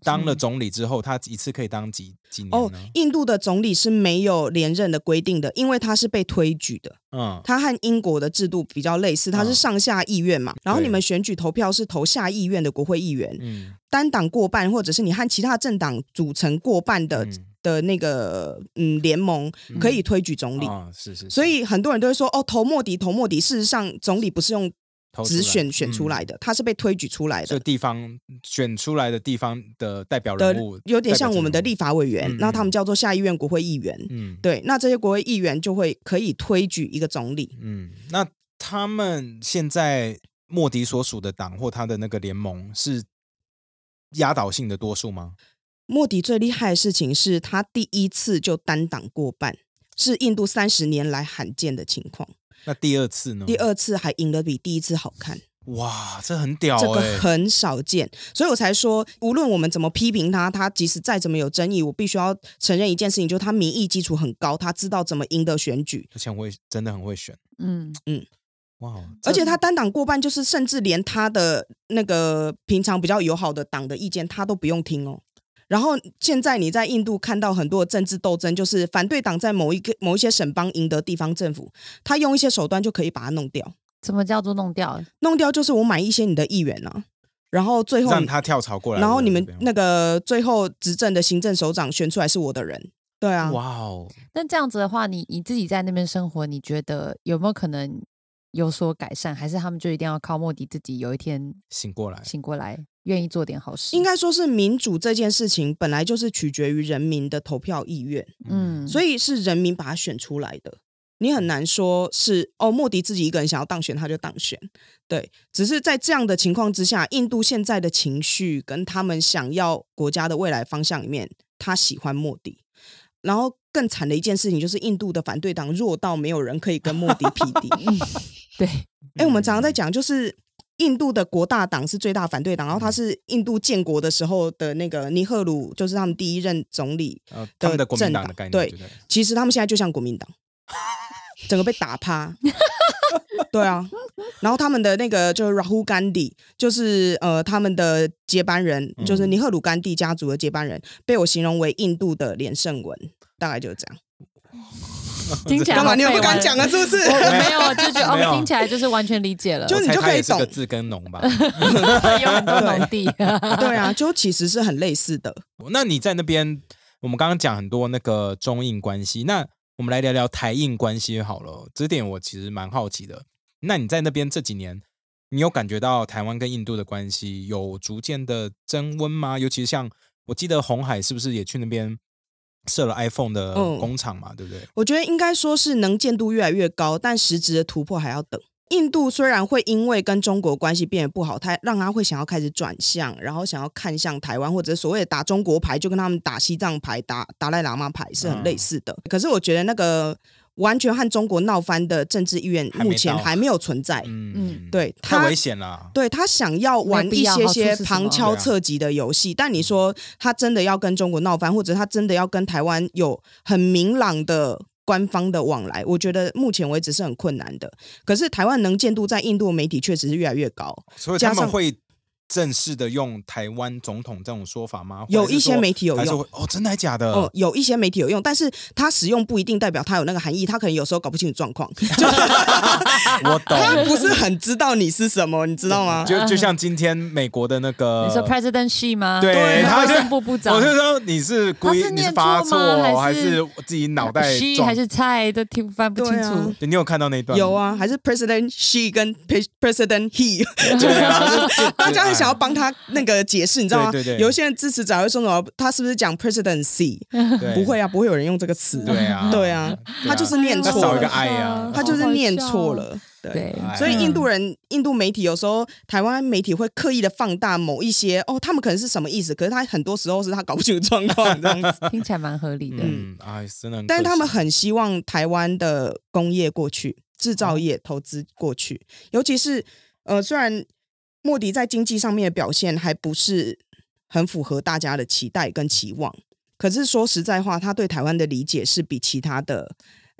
当了总理之后，他一次可以当几年呢？ 印度的总理是没有连任的规定的，因为他是被推举的。他和英国的制度比较类似，他是上下议院嘛，然后你们选举投票是投下议院的国会议员，单党过半，或者是你和其他政党组成过半的那个联盟可以推举总理。 是， 所以很多人都会说投莫迪，事实上总理不是用直选出来的，他是被推举出来的。 所以地方选出来的地方的代表人物， 有点像我们的立法委员，那他们叫做下议院国会议员。对，那这些国会议员就可以推举一个总理。 那他们现在莫迪所属的党或他的那个联盟是压倒性的多数吗？ 莫迪最厉害的事情是他第一次就单党过半，是印度30年来罕见的情况。 那第二次呢？ 第二次还赢得比第一次好看。 哇，这很屌这个很少见，所以我才说，无论我们怎么批评他即使再怎么有争议，我必须要承认一件事情，就是他民意基础很高，他知道怎么赢得选举， 而且真的很会选。哇！ 而且他单党过半，就是甚至连他的那个平常比较友好的党的意见，他都不用听哦。然后现在你在印度看到很多的政治斗争，就是反对党在某一些省邦赢得地方政府，他用一些手段就可以把它弄掉。 什么叫做弄掉？ 弄掉就是我买一些你的议员啊，然后最后让他跳槽过来， 然后你们那个最后执政的行政首长选出来是我的人。对啊， 哇哦！ 那这样子的话，你自己在那边生活，你觉得有没有可能有所改善？还是他们就一定要靠莫迪自己有一天醒过来？愿意做点好事。 应该说是民主这件事情本来就是取决于人民的投票意愿，所以是人民把他选出来的。你很难说是莫迪自己一个人想要当选他就当选，对，只是在这样的情况之下，印度现在的情绪跟他们想要国家的未来方向里面，他喜欢莫迪。然后更惨的一件事情就是印度的反对党弱到没有人可以跟莫迪匹敌。 对， 我们常常在讲就是印度的国大党是最大反对党，然后他是印度建国的时候的那个尼赫鲁，就是他们第一任总理他们的国民党的概念。 对，其实他们现在就像国民党，整个被打趴。对啊，然后他们的那个就是 Rahul Gandhi， 就是他们的接班人，就是尼赫鲁甘地家族的接班人，被我形容为印度的连胜文，大概就是这样。 听起来干嘛？你有不敢讲啊？是不是？ 我没有，就觉得听起来就是完全理解了。 就你就可以懂， 个字跟农吧， 有很多农地。 对啊，就其实是很类似的。 那你在那边，我们刚刚讲很多那个中印关系，那我们来聊聊台印关系好了。这点我其实蛮好奇的。那你在那边这几年，你有感觉到台湾跟印度的关系有逐渐的增温吗？尤其是像我记得鸿海是不是也去那边设了 iPhone 的工厂嘛，对不对？ 我觉得应该说是能见度越来越高，但实质的突破还要等。印度虽然会因为跟中国关系变得不好，让他会想要开始转向，然后想要看向台湾，或者所谓的打中国牌，就跟他们打西藏牌、打达赖喇嘛牌是很类似的。可是我觉得那个完全和中国闹翻的政治意愿目前还没有存在。对， 太危险了。 对，他想要玩一些旁敲侧击的游戏，但你说他真的要跟中国闹翻，或者他真的要跟台湾有很明朗的官方的往来，我觉得目前为止是很困难的。可是台湾能见度在印度媒体确实是越来越高， 所以他们会正式的用台湾总统这种说法吗？ 有一些媒体有用。 真的还假的？ 有一些媒体有用，但是他使用不一定代表他有那个含义，他可能有时候搞不清楚状况。 我懂， 他不是很知道你是什么，你知道吗？ 就像今天美国的那个， 你说 President Xi 吗？ 对， 卫生部部长。 我就说你是故意，你是发错还是自己脑袋 Xi还是菜都翻不清楚。 你有看到那一段？ 有啊，还是 President Xi 跟 President He， 大家很想要帮他那个解释，你知道吗？ 对， 有一些人支持者会说什么，他是不是讲 Presidency？ 不会啊，不会有人用这个词。对啊，他就是念错了， 少一个 I 啊， 他就是念错了。对，所以印度媒体有时候台湾媒体会刻意的放大某一些他们可能是什么意思，可是他很多时候是他搞不清楚状况这样子。 听起来蛮合理的。 真的。 但是他们很希望台湾的工业过去，制造业投资过去，尤其是虽然莫迪在经济上面的表现还不是很符合大家的期待跟期望，可是说实在话，他对台湾的理解是比其他的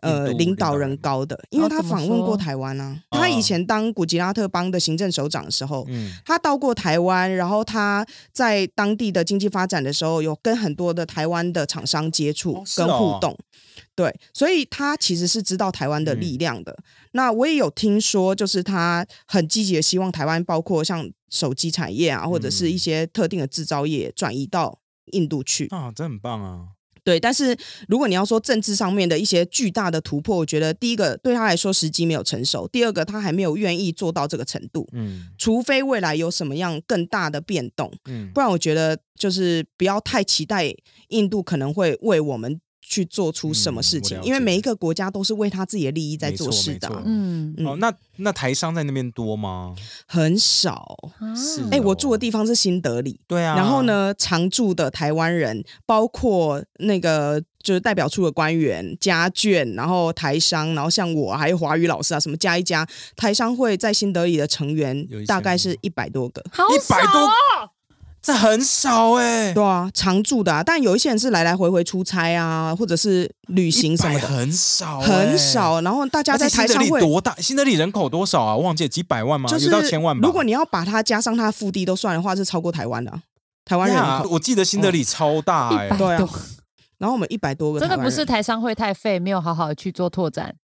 领导人高的，因为他访问过台湾啊。他以前当古吉拉特邦的行政首长的时候，他到过台湾，然后他在当地的经济发展的时候，有跟很多的台湾的厂商接触跟互动。对，所以他其实是知道台湾的力量的。那我也有听说，就是他很积极的希望台湾包括像手机产业啊，或者是一些特定的制造业转移到印度去啊，这很棒啊。 对，但是如果你要说政治上面的一些巨大的突破，我觉得第一个对他来说时机没有成熟，第二个他还没有愿意做到这个程度。除非未来有什么样更大的变动，不然我觉得就是不要太期待印度可能会为我们去做出什么事情，因为每一个国家都是为他自己的利益在做事的。 那台商在那边多吗？ 很少。我住的地方是新德里， 对啊。 然后呢，常住的台湾人，包括那个就是代表处的官员、家眷，然后台商，然后像我还有华语老师啊，什么加一加，台商会在新德里的成员大概是100多个， 好少哦。 这很少欸。 对啊，常住的啊，但有一些人是来来回回出差啊，或者是旅行什么的， 很少很少。然后大家在台上会新德里多大？新德里人口多少啊？忘记几百万吗？ 就是有到千万吧？ 如果你要把它加上它的腹地都算的话，是超过台湾的台湾人口。 我记得新德里超大对啊。然后我们100多个台湾人， 真的不是台商会太废，没有好好的去做拓展。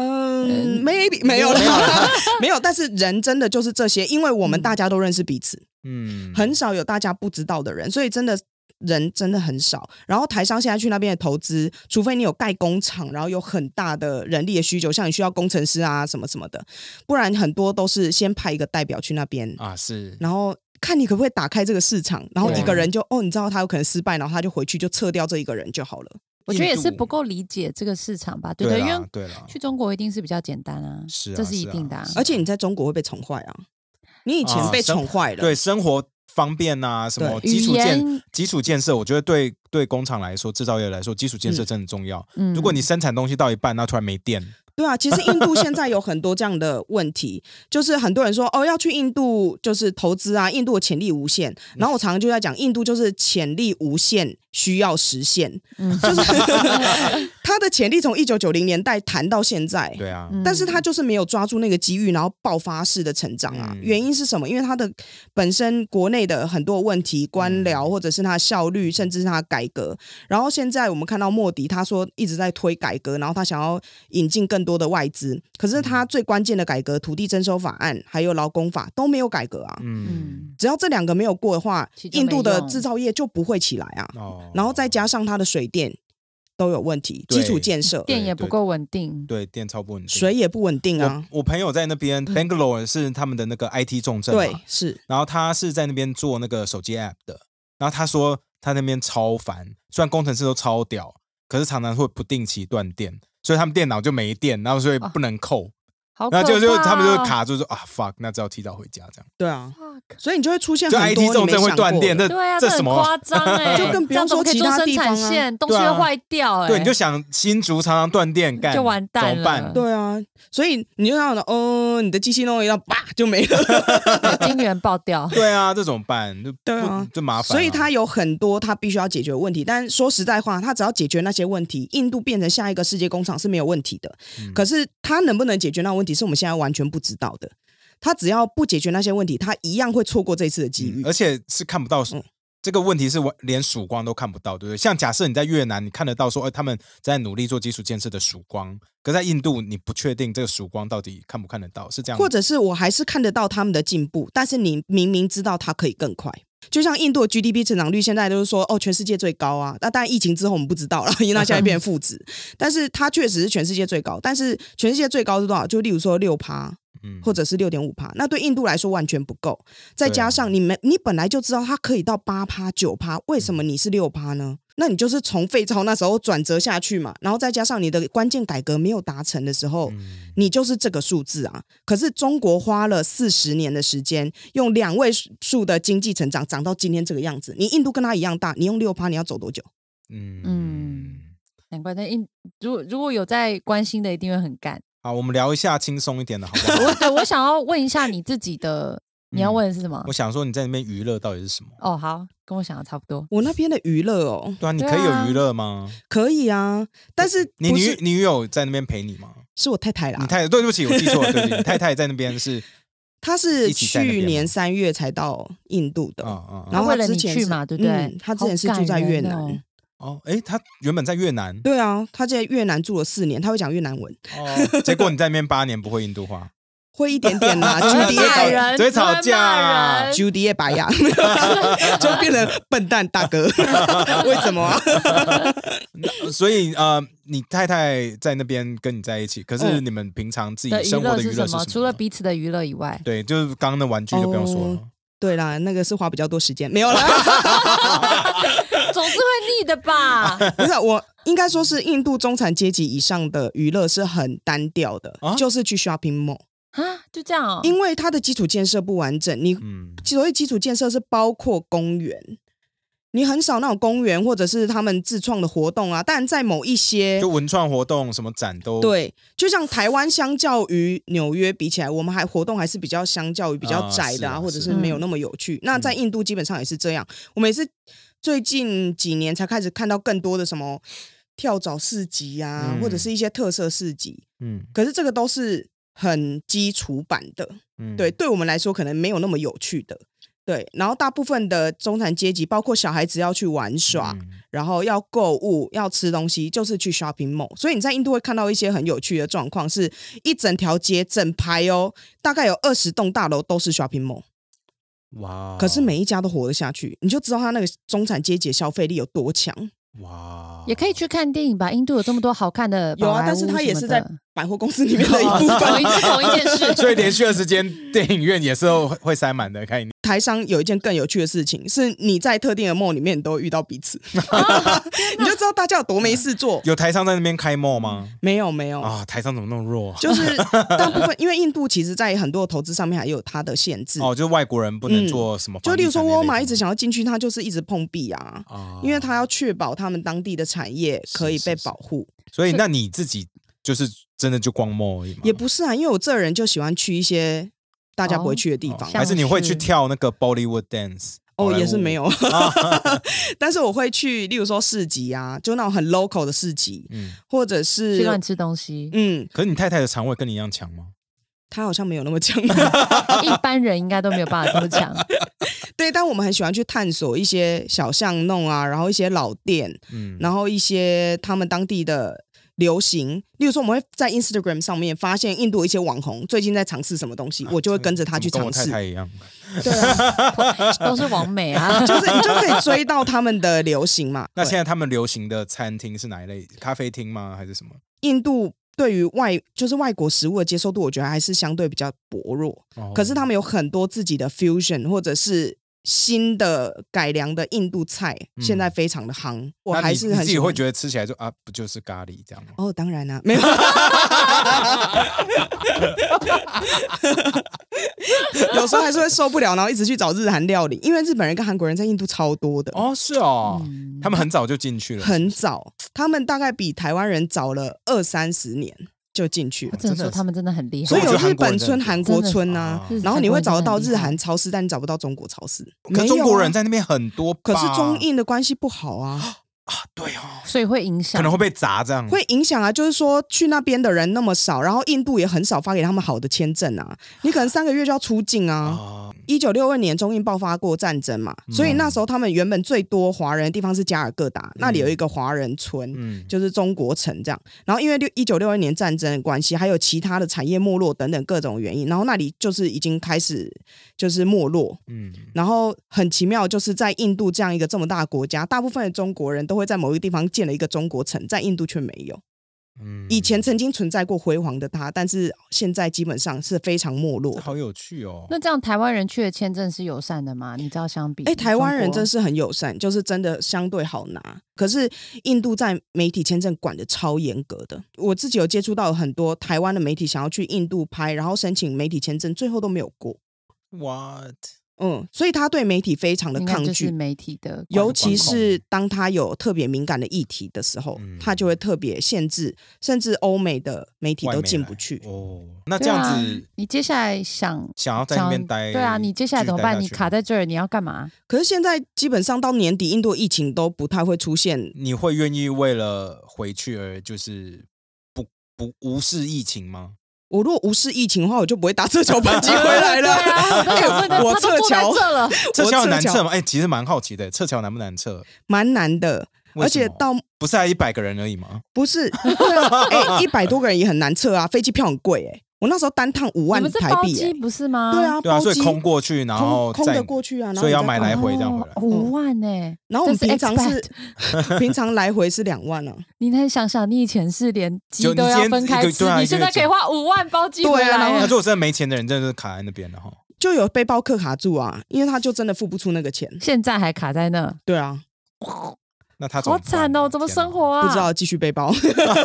maybe 没有了，没有。但是人真的就是这些，因为我们大家都认识彼此，很少有大家不知道的人，所以真的人真的很少。然后台商现在去那边的投资，除非你有盖工厂，然后有很大的人力的需求，像你需要工程师啊什么什么的，不然很多都是先派一个代表去那边啊，是， 然后看你可不可以打开这个市场，然后一个人就你知道他有可能失败，然后他就回去就撤掉这一个人就好了。 我觉得也是不够理解这个市场吧，对不对？因为去中国一定是比较简单啊，这是一定的啊。 而且你在中国会被宠坏啊，你以前被宠坏了， 对生活方便啊，什么基础建设，我觉得对工厂来说，制造业来说，基础建设真的很重要。如果你生产东西到一半，那突然没电。 对啊，其实印度现在有很多这样的问题，就是很多人说要去印度就是投资啊，印度的潜力无限。然后我常常就在讲，印度就是潜力无限，需要实现，就是他的潜力从1990年代谈到现在， 对啊， 但是他就是没有抓住那个机遇，然后爆发式的成长啊。原因是什么？因为他的本身国内的很多问题，官僚或者是他的效率，甚至是他的改革。然后现在我们看到莫迪，他说一直在推改革，然后他想要引进更多的外资，可是他最关键的改革土地征收法案还有劳工法都没有改革啊。只要这2个没有过的话，印度的制造业就不会起来啊。然后再加上它的水电都有问题，基础建设电也不够稳定， 对，电超不稳定， 水也不稳定啊。 我朋友在那边 Bangalore 是他们的那个 IT 重镇嘛， 对，是。 然后他是在那边做那个手机 App 的，然后他说他那边超烦，虽然工程师都超屌，可是常常会不定期断电，所以他们电脑就没电，然后所以不能扣。然后就他们就会卡住说fuck， 那只好提早回家这样。 对啊，所以你就会出现很多就 IT 重镇会断电， 对啊， 这什么夸张就更不用说其他地方啊，东西会坏掉对，你就想新竹常常断电， 就完蛋了， 怎么办？ 对啊，所以你就想你的机器弄一到叭就没了， 晶圆爆掉。 对啊，这怎么办？ 对啊， 就麻烦。 所以他有很多他必须要解决的问题，但说实在话，他只要解决那些问题，印度变成下一个世界工厂是没有问题的。可是他能不能解决那个问题，是我们现在完全不知道的。他只要不解决那些问题，他一样会错过这次的机遇， 而且是看不到。这个问题是连曙光都看不到，对不对？像假设你在越南，你看得到说，他们在努力做基础建设的曙光，可在印度，你不确定这个曙光到底看不看得到，是这样。 或者是我还是看得到他们的进步，但是你明明知道它可以更快。就像印度的 GDP 成长率现在都是说全世界最高啊，那当然疫情之后我们不知道了，因为它现在变成负值，但是它确实是全世界最高。但是全世界最高是多少？就例如说6%。或者是6.5%，那对印度来说完全不够。再加上你本来就知道它可以到8%、9%，为什么你是6%呢？那你就是从废钞那时候转折下去嘛，然后再加上你的关键改革没有达成的时候，你就是这个数字啊。可是中国花了40年的时间，用2位数的经济成长涨到今天这个样子。你印度跟它一样大，你用6%，你要走多久？ 难怪那如果有在关心的，一定会很干。 好，我们聊一下轻松一点的，好不好？ 我想要问一下你自己的你要问的是什么？ 我想说你在那边娱乐到底是什么？ 哦，好，跟我想的差不多。 我那边的娱乐哦， 对啊，你可以有娱乐吗？ 可以啊，但是你女友在那边陪你吗？ 是我太太啦。 你太太，对不起，我记错了，对不起，你太太在那边是。 他是去年3月才到印度的，然后为了你去嘛，对不对？ 他之前是住在越南。 哦，他原本在越南。 对啊，他在越南住了4年，他会讲越南文。 哦，结果你在那边8年不会印度话。 会一点点啦， 只会吵架 ，Judy 也白牙，就变成笨蛋大哥，为什么啊？ 所以你太太在那边跟你在一起，可是你们平常自己生活的娱乐是什么？ 除了彼此的娱乐以外， 对，就是刚刚的玩具就不用说了。 对啦，那个是花比较多时间，没有啦。 总是会腻的吧？ 不是，我应该说是印度中产阶级以上的娱乐是很单调的，就是去 shopping mall。 就这样因为它的基础建设不完整，你所谓基础建设是包括公园，你很少那种公园或者是他们自创的活动啊，但在某一些就文创活动什么展都对，就像台湾相较于纽约比起来，我们活动还是比较相较于比较窄的或者是没有那么有趣。那在印度基本上也是这样，我们也是最近几年才开始看到更多的什么跳蚤市集啊，或者是一些特色市集，可是这个都是很基础版的，对我们来说可能没有那么有趣的，对。然后大部分的中产阶级，包括小孩子要去玩耍，然后要购物、要吃东西，就是去 shopping mall。所以你在印度会看到一些很有趣的状况，是一整条街整排大概有20栋大楼都是 shopping mall。哇！可是每一家都活得下去，你就知道他那个中产阶级的消费力有多强。 哇！ 也可以去看电影吧，印度有这么多好看的有啊，但是它也是在百货公司里面的一部分， 同一件事。 所以连续20间电影院也是会塞满的。看台商有一件更有趣的事情，是你在特定的 mall 里面，你都会遇到彼此，你就知道大家有多没事做。 有台商在那边开 mall 吗？ 没有啊，台商怎么那么弱？ 就是大部分，因为印度其实在很多投资上面还有它的限制。 就是外国人不能做什么。 就例如说沃尔玛一直想要进去，他就是一直碰壁啊，因为他要确保他们当地的产业可以被保护。 所以那你自己就是真的就逛 mall 而已吗？ 也不是啊，因为我这人就喜欢去一些大家不会去的地方。 还是你会去跳那个 Bollywood dance？ 也是没有。但是我会去例如说市集啊，就那种很 local 的市集，或者是去乱吃东西。 可是你太太的肠胃跟你一样强吗？ 她好像没有那么强。 一般人应该都没有办法这么强。 对，但我们很喜欢去探索一些小巷弄啊，然后一些老店，然后一些他们当地的流行，例如说我们会在 Instagram 上面发现印度一些网红最近在尝试什么东西，我就会跟着他去尝试。 跟我太太一样。 对啊， 都是网美啊。 就是你就可以追到他们的流行嘛。 那现在他们流行的餐厅是哪一类？咖啡厅吗？还是什么？ 印度对于就是外国食物的接受度，我觉得还是相对比较薄弱。可是他们有很多自己的 fusion 或者是新的改良的印度菜，现在非常的夯。我还是很喜欢。 你自己会觉得吃起来就不就是咖喱这样吗？ 当然啦，没有。有时候还是会受不了，然后一直去找日韩料理，因为日本人跟韩国人在印度超多的。 是哦，他们很早就进去了。 很早，他们大概比台湾人早了20-30年。就进去了， 真的说他们真的很厉害。 所以有日本村、韩国村啊，然后你会找得到日韩超市，但你找不到中国超市。 可是中国人在那边很多， 可是中印的关系不好啊。 对哦， 所以会影响， 可能会被砸这样。 会影响啊，就是说去那边的人那么少，然后印度也很少发给他们好的签证啊，你可能3个月就要出境啊。1962年中印爆发过战争嘛，所以那时候他们原本最多华人的地方是加尔各答，那里有一个华人村，就是中国城这样。然后因为1962年战争的关系，还有其他的产业没落等等各种原因，然后那里就是已经开始就是没落。然后很奇妙，就是在印度这样一个这么大的国家，大部分的中国人都会在某一个地方建了一个中国城，在印度却没有。以前曾经存在过辉煌的它，但是现在基本上是非常没落。 好有趣哦！ 那这样台湾人去的签证是友善的吗？你知道相比台湾人真是很友善，就是真的相对好拿。可是印度在媒体签证管得超严格的，我自己有接触到很多台湾的媒体想要去印度拍，然后申请媒体签证，最后都没有过。 What？ 所以他对媒体非常的抗拒， 就是媒体的， 尤其是当他有特别敏感的议题的时候，他就会特别限制，甚至欧美的媒体都进不去。 那这样子， 你接下来想要在那边待， 对啊，你接下来怎么办？你卡在这儿，你要干嘛？ 可是现在基本上到年底，印度疫情都不太会出现。 你会愿意为了回去而就是不无视疫情吗？ 我如果无视疫情的话，我就不会搭撤侨班机回来了。 我撤侨了， 撤侨难撤吗？其实蛮好奇的，撤侨难不难撤？ 蛮难的，而且不是还100个人而已吗？ 不是，100多个人也很难撤啊，飞机票很贵我那时候单趟5万台币， 你们是包机不是吗？ 对啊， 所以空过去，然后空的过去啊， 所以要买来回这样回来 ，5万然后我们平常来回是2万啊。 你能想想，你以前是连鸡都要分开吃，你现在可以花5万包机回来。 那如果真的没钱的人，真的是卡在那边了哈。 就有背包客卡住啊，因为他就真的付不出那个钱， 现在还卡在那。 对啊。 那他好惨哦，怎么生活啊？ 不知道，继续背包。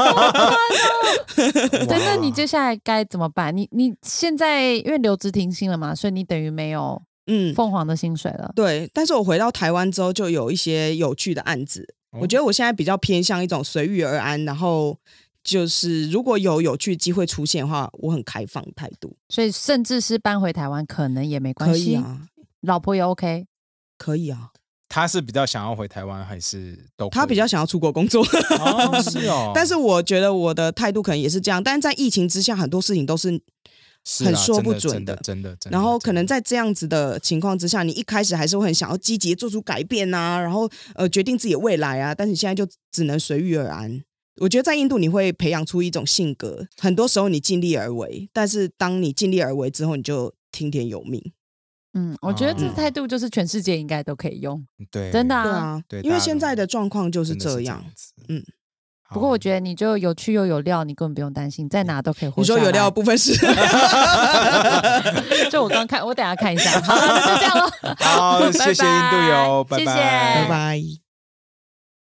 对，那你接下来该怎么办？你现在因为留职停薪了嘛，所以你等于没有凤凰的薪水了。 对，但是我回到台湾之后，就有一些有趣的案子。我觉得我现在比较偏向一种随遇而安，然后就是如果有趣机会出现的话，我很开放态度。 所以甚至是搬回台湾，可能也没关系。 可以啊， 老婆也 OK， 可以啊。 他是比较想要回台湾，还是都可以？ 他比较想要出国工作。 是哦。 但是我觉得我的态度可能也是这样，但是在疫情之下，很多事情都是很说不准的， 真的。 然后可能在这样子的情况之下，你一开始还是会很想要积极做出改变啊，然后决定自己的未来啊，但是你现在就只能随遇而安。我觉得在印度你会培养出一种性格，很多时候你尽力而为，但是当你尽力而为之后，你就听天由命。 我觉得这态度就是全世界应该都可以用， 对， 真的对，因为现在的状况就是这样。 不过我觉得你就有趣又有料，你根本不用担心，在哪都可以活下来。 你说有料的部分是？ 就我刚看，我等一下看一下。好，那就这样咯。 好，谢谢印度游，拜拜， 拜拜。